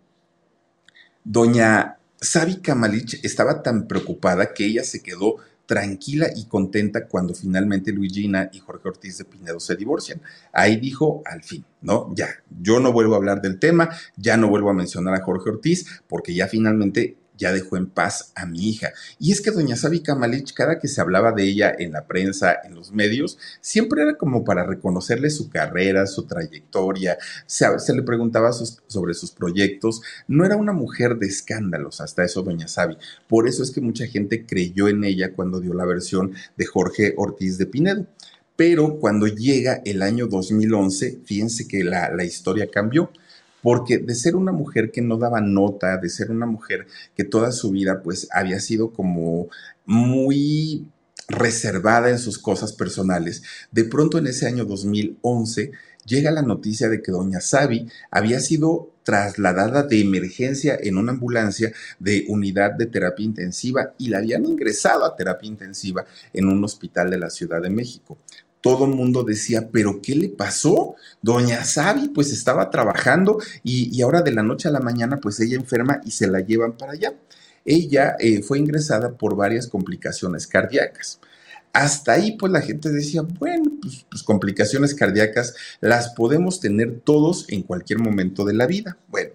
doña Savi Kamalich estaba tan preocupada que ella se quedó tranquila y contenta cuando finalmente Luigina y Jorge Ortiz de Pinedo se divorcian. Ahí dijo, al fin, ¿no? Ya, yo no vuelvo a hablar del tema, ya no vuelvo a mencionar a Jorge Ortiz, porque ya finalmente ya dejó en paz a mi hija. Y es que doña Savi Kamalich, cada que se hablaba de ella en la prensa, en los medios, siempre era como para reconocerle su carrera, su trayectoria, se, se le preguntaba sus, sobre sus proyectos. No era una mujer de escándalos, hasta eso doña Savi. Por eso es que mucha gente creyó en ella cuando dio la versión de Jorge Ortiz de Pinedo. Pero cuando llega el año dos mil once, fíjense que la, la historia cambió, porque de ser una mujer que no daba nota, de ser una mujer que toda su vida pues había sido como muy reservada en sus cosas personales, de pronto en ese año dos mil once llega la noticia de que doña Savi había sido trasladada de emergencia en una ambulancia de unidad de terapia intensiva y la habían ingresado a terapia intensiva en un hospital de la Ciudad de México. Todo el mundo decía, ¿pero qué le pasó? Doña Savi pues estaba trabajando y, y ahora de la noche a la mañana pues ella enferma y se la llevan para allá. Ella eh, fue ingresada por varias complicaciones cardíacas. Hasta ahí pues la gente decía, bueno, pues, pues complicaciones cardíacas las podemos tener todos en cualquier momento de la vida. Bueno,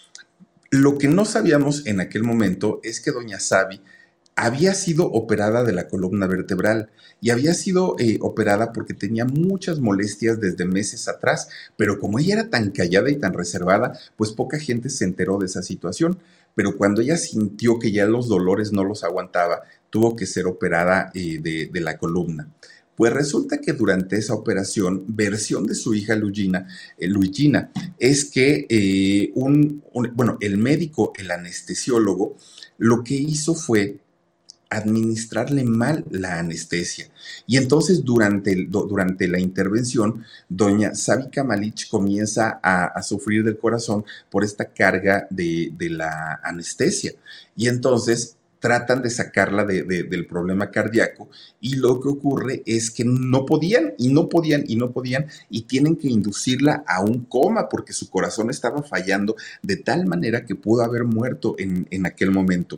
lo que no sabíamos en aquel momento es que doña Savi había sido operada de la columna vertebral y había sido eh, operada porque tenía muchas molestias desde meses atrás, pero como ella era tan callada y tan reservada, pues poca gente se enteró de esa situación. Pero cuando ella sintió que ya los dolores no los aguantaba, tuvo que ser operada eh, de, de la columna. Pues resulta que durante esa operación, versión de su hija Luigina, eh, Luigina es que eh, un, un, bueno, el médico, el anestesiólogo, lo que hizo fue administrarle mal la anestesia. Y entonces durante, el, durante la intervención, doña Savi Kamalich comienza a, a sufrir del corazón por esta carga de, de la anestesia. Y entonces tratan de sacarla de, de, del problema cardíaco y lo que ocurre es que no podían y no podían y no podían y tienen que inducirla a un coma porque su corazón estaba fallando de tal manera que pudo haber muerto en, en aquel momento.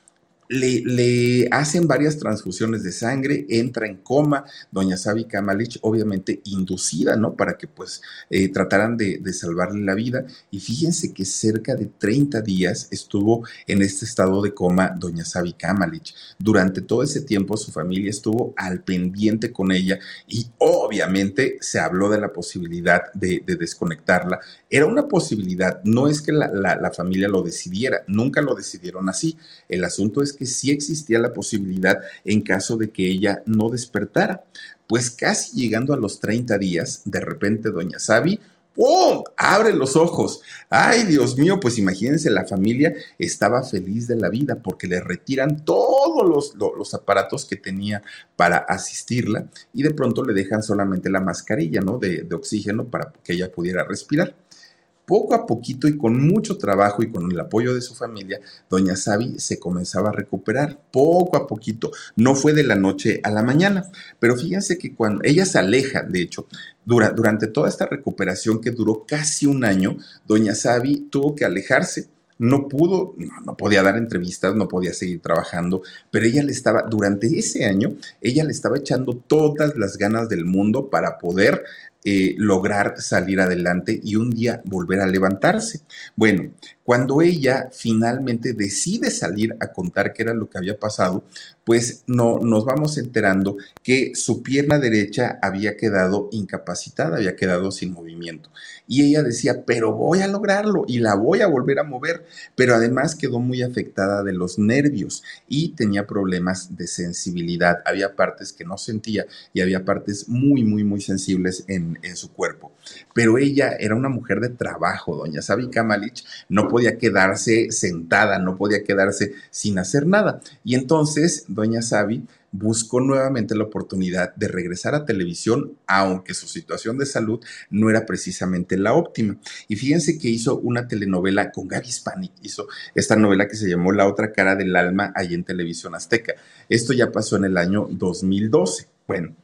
Le, le hacen varias transfusiones de sangre, entra en coma, doña Savi Kamalich, obviamente inducida, ¿no? Para que pues eh, trataran de, de salvarle la vida. Y fíjense que cerca de treinta días estuvo en este estado de coma doña Savi Kamalich. Durante todo ese tiempo su familia estuvo al pendiente con ella y obviamente se habló de la posibilidad de, de desconectarla. Era una posibilidad, no es que la, la, la familia lo decidiera, nunca lo decidieron así. El asunto es que que sí existía la posibilidad en caso de que ella no despertara. Pues casi llegando a los treinta días, de repente doña Sabi, ¡pum!, abre los ojos. Ay, Dios mío, pues imagínense, la familia estaba feliz de la vida porque le retiran todos los, los, los aparatos que tenía para asistirla y de pronto le dejan solamente la mascarilla, ¿no? De, de oxígeno para que ella pudiera respirar. Poco a poquito y con mucho trabajo y con el apoyo de su familia, doña Sabi se comenzaba a recuperar, poco a poquito. No fue de la noche a la mañana, pero fíjense que cuando ella se aleja, de hecho, dura, durante toda esta recuperación que duró casi un año, doña Sabi tuvo que alejarse. No pudo, no, no podía dar entrevistas, no podía seguir trabajando, pero ella le estaba, durante ese año, ella le estaba echando todas las ganas del mundo para poder eh, lograr salir adelante y un día volver a levantarse. Bueno, cuando ella finalmente decide salir a contar qué era lo que había pasado, pues no, nos vamos enterando que su pierna derecha había quedado incapacitada, había quedado sin movimiento. Y ella decía, pero voy a lograrlo y la voy a volver a mover. Pero además quedó muy afectada de los nervios y tenía problemas de sensibilidad. Había partes que no sentía y había partes muy, muy, muy sensibles en, en su cuerpo. Pero ella era una mujer de trabajo, doña Sabi Kamalich, no podía quedarse sentada, no podía quedarse sin hacer nada. Y entonces doña Sabi buscó nuevamente la oportunidad de regresar a televisión, aunque su situación de salud no era precisamente la óptima. Y fíjense que hizo una telenovela con Gaby Spanik, hizo esta novela que se llamó La otra cara del alma, ahí en Televisión Azteca. Esto ya pasó en el año dos mil doce. Bueno,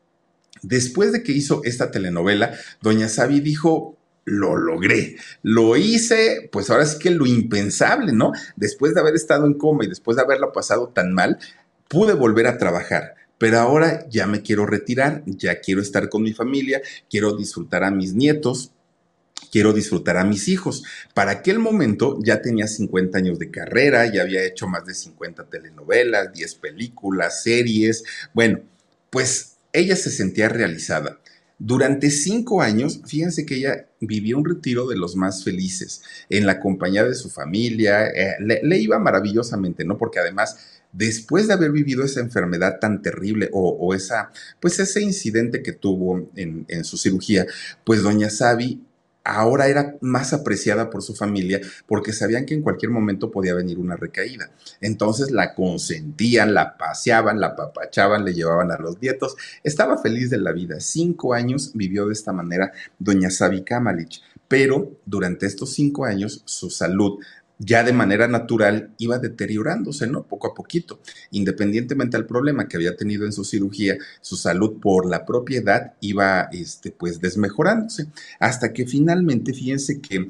después de que hizo esta telenovela, doña Sabi dijo, lo logré, lo hice, pues ahora sí que lo impensable, ¿no? Después de haber estado en coma y después de haberla pasado tan mal, pude volver a trabajar, pero ahora ya me quiero retirar, ya quiero estar con mi familia, quiero disfrutar a mis nietos, quiero disfrutar a mis hijos. Para aquel momento ya tenía cincuenta años de carrera, ya había hecho más de cincuenta telenovelas, diez películas, series. Bueno, pues ella se sentía realizada. Durante cinco años, fíjense que ella vivió un retiro de los más felices, en la compañía de su familia, eh, le, le iba maravillosamente, ¿no? Porque además, después de haber vivido esa enfermedad tan terrible o, o esa, pues ese incidente que tuvo en, en su cirugía, pues doña Sabi ahora era más apreciada por su familia porque sabían que en cualquier momento podía venir una recaída. Entonces la consentían, la paseaban, la apapachaban, le llevaban a los nietos. Estaba feliz de la vida. Cinco años vivió de esta manera doña Sabi Kamalich, pero durante estos cinco años su salud ya de manera natural iba deteriorándose, ¿no? Poco a poquito. Independientemente del problema que había tenido en su cirugía, su salud por la propia edad iba, este, pues, desmejorándose. Hasta que finalmente, fíjense que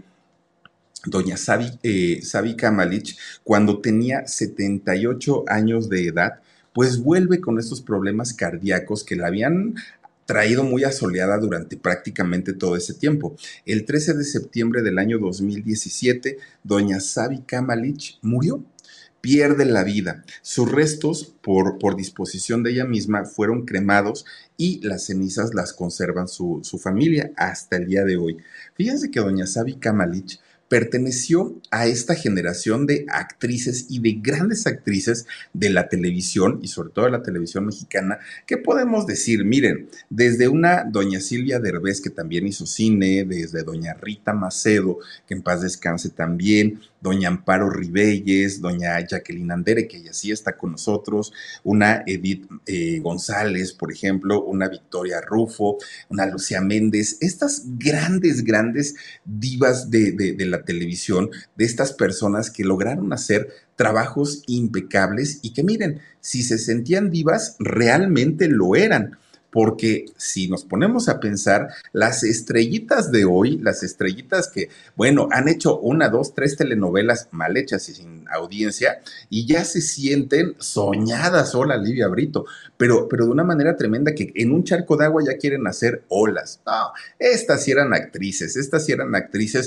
doña Sabi, eh, Sabi Kamalich, cuando tenía setenta y ocho años de edad, pues vuelve con estos problemas cardíacos que la habían traído muy asoleada durante prácticamente todo ese tiempo. El trece de septiembre del año dos mil diecisiete, doña Sabi Kamalich murió, pierde la vida. Sus restos, por, por disposición de ella misma, fueron cremados y las cenizas las conservan su, su familia hasta el día de hoy. Fíjense que doña Sabi Kamalich perteneció a esta generación de actrices y de grandes actrices de la televisión y sobre todo de la televisión mexicana. ¿Qué podemos decir? Miren, desde una doña Silvia Derbez, que también hizo cine, desde doña Rita Macedo, que en paz descanse también, doña Amparo Ribelles, doña Jacqueline Andere, que ella sí está con nosotros, una Edith eh, González, por ejemplo, una Victoria Rufo, una Lucía Méndez, estas grandes, grandes divas de, de, de la televisión, de estas personas que lograron hacer trabajos impecables y que miren, si se sentían divas, realmente lo eran. Porque si nos ponemos a pensar, las estrellitas de hoy, las estrellitas que, bueno, han hecho una, dos, tres telenovelas mal hechas y sin audiencia y ya se sienten soñadas, hola Livia Brito, pero, pero de una manera tremenda que en un charco de agua ya quieren hacer olas. No, estas sí eran actrices, estas sí eran actrices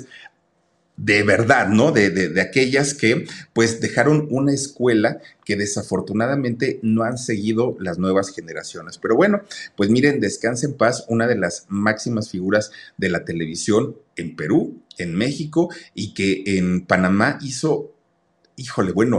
de verdad, ¿no? De, de, de aquellas que pues dejaron una escuela que desafortunadamente no han seguido las nuevas generaciones. Pero bueno, pues miren, descanse en paz una de las máximas figuras de la televisión en Perú, en México y que en Panamá hizo, híjole, bueno,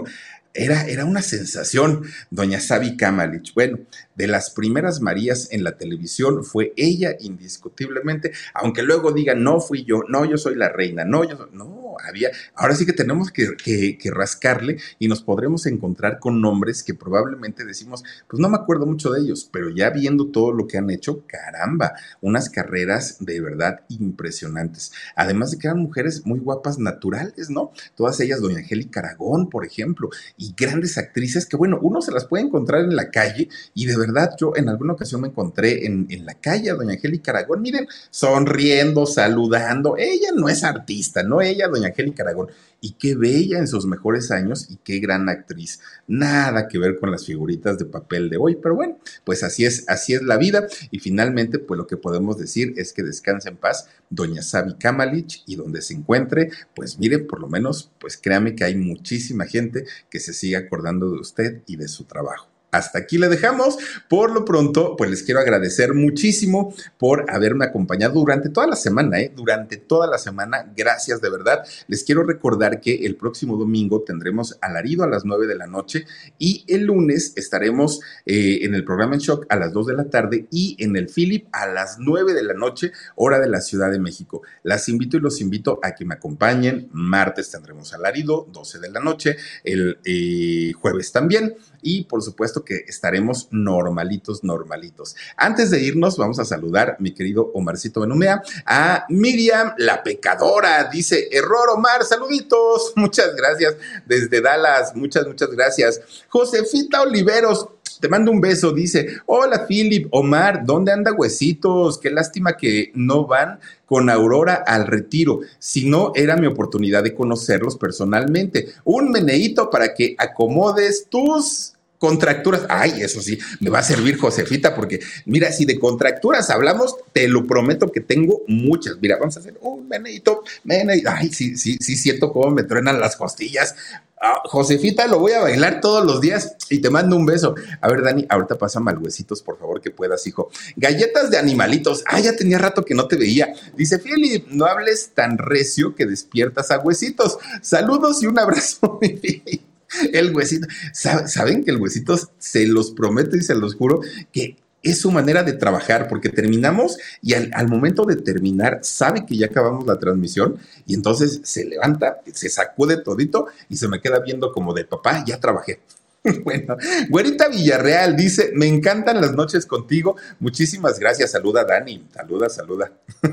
Era, era una sensación, doña Sabi Kamalich. Bueno, de las primeras Marías en la televisión fue ella indiscutiblemente, aunque luego digan, no fui yo, no, yo soy la reina, no, yo soy, no, había, ahora sí que tenemos que, que, que rascarle y nos podremos encontrar con nombres que probablemente decimos, pues no me acuerdo mucho de ellos, pero ya viendo todo lo que han hecho, caramba, unas carreras de verdad impresionantes. Además de que eran mujeres muy guapas naturales, ¿no? Todas ellas, doña Angélica Aragón, por ejemplo, y grandes actrices que, bueno, uno se las puede encontrar en la calle y de verdad yo en alguna ocasión me encontré en, en la calle a doña Angélica Aragón, miren, sonriendo, saludando. Ella no es artista, no ella, doña Angélica Aragón. Y qué bella en sus mejores años y qué gran actriz. Nada que ver con las figuritas de papel de hoy, pero bueno, pues así es, así es la vida. Y finalmente, pues lo que podemos decir es que descansa en paz doña Sabi Kamalich y donde se encuentre, pues mire, por lo menos, pues créame que hay muchísima gente que se sigue acordando de usted y de su trabajo. Hasta aquí le dejamos. Por lo pronto, pues les quiero agradecer muchísimo por haberme acompañado durante toda la semana, ¿eh? Durante toda la semana, gracias de verdad. Les quiero recordar que el próximo domingo tendremos alarido a las nueve de la noche y el lunes estaremos eh, en el programa En Shock a las dos de la tarde y en el Philip a las nueve de la noche, hora de la Ciudad de México. Las invito y los invito a que me acompañen. Martes tendremos alarido, doce de la noche, el eh, jueves también. Y por supuesto que estaremos normalitos, normalitos. Antes de irnos, vamos a saludar, mi querido Omarcito Benumea, a Miriam, la pecadora. Dice, error, Omar, saluditos. Muchas gracias desde Dallas. Muchas, muchas gracias. Josefita Oliveros, te mando un beso. Dice, hola, Philip, Omar, ¿dónde anda Huesitos? Qué lástima que no van con Aurora al retiro. Si no, era mi oportunidad de conocerlos personalmente. Un meneíto para que acomodes tus contracturas. Ay, eso sí, me va a servir, Josefita, porque mira, si de contracturas hablamos, te lo prometo que tengo muchas. Mira, vamos a hacer un meneíto, meneíto. Ay, sí, sí, sí, siento cómo me truenan las costillas. Ah, Josefita, lo voy a bailar todos los días y te mando un beso. A ver, Dani, ahorita pásame al Huesitos, por favor, que puedas, hijo. Galletas de animalitos. Ah, ya tenía rato que no te veía. Dice, Philip, no hables tan recio que despiertas a Huesitos. Saludos y un abrazo, mi Philip. El Huesito. ¿Saben que el Huesitos, se los prometo y se los juro, que es su manera de trabajar, porque terminamos y al, al momento de terminar sabe que ya acabamos la transmisión y entonces se levanta, se sacude todito y se me queda viendo como de papá, ya trabajé. Bueno, Güerita Villarreal dice, me encantan las noches contigo, muchísimas gracias, saluda Dani, saluda, saluda.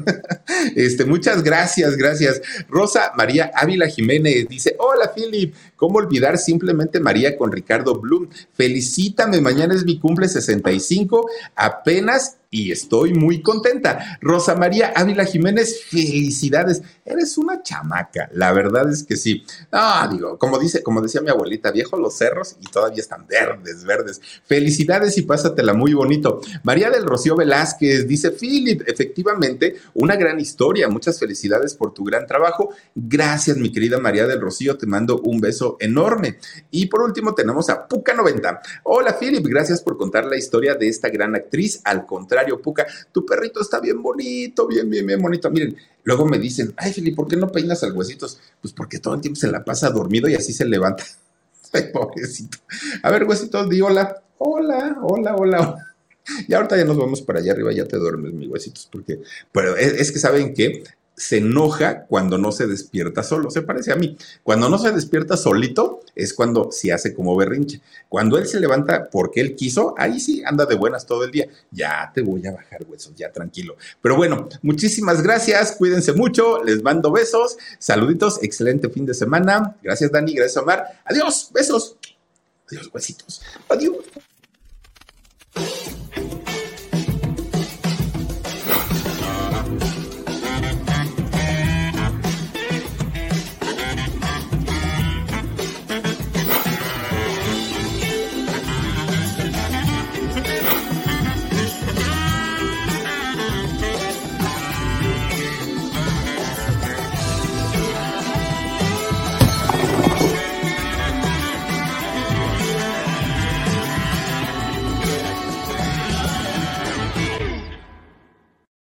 Este, muchas gracias, gracias. Rosa María Ávila Jiménez dice, hola Philip, ¿cómo olvidar simplemente María con Ricardo Blum? Felicítame, mañana es mi cumple sesenta y cinco, apenas y estoy muy contenta. Rosa María Ávila Jiménez, felicidades. Eres una chamaca, la verdad es que sí. Ah, digo, como dice, como decía mi abuelita, viejo los cerros y todavía están verdes, verdes. Felicidades y pásatela muy bonito. María del Rocío Velázquez dice, Philip, efectivamente, una gran historia. Muchas felicidades por tu gran trabajo. Gracias, mi querida María del Rocío, te mando un beso enorme. Y por último tenemos a Puca noventa. Hola, Philip, gracias por contar la historia de esta gran actriz. Al contrario, Puca, tu perrito está bien bonito, bien, bien, bien bonito. Miren, luego me dicen, ay, Philip, ¿por qué no peinas al Huesitos? Pues porque todo el tiempo se la pasa dormido y así se levanta. Ay, pobrecito. A ver, Huesitos, di hola. Hola, hola, hola, hola. Y ahorita ya nos vamos para allá arriba, ya te duermes, mi Huesitos, porque, pero es, es que ¿saben qué? Se enoja cuando no se despierta solo, se parece a mí. Cuando no se despierta solito es cuando se hace como berrinche. Cuando él se levanta porque él quiso, ahí sí anda de buenas todo el día. Ya te voy a bajar, Huesos, ya tranquilo. Pero bueno, muchísimas gracias, cuídense mucho, les mando besos, saluditos, excelente fin de semana. Gracias, Dani, gracias, Omar. Adiós, besos. Adiós, Huesitos. Adiós.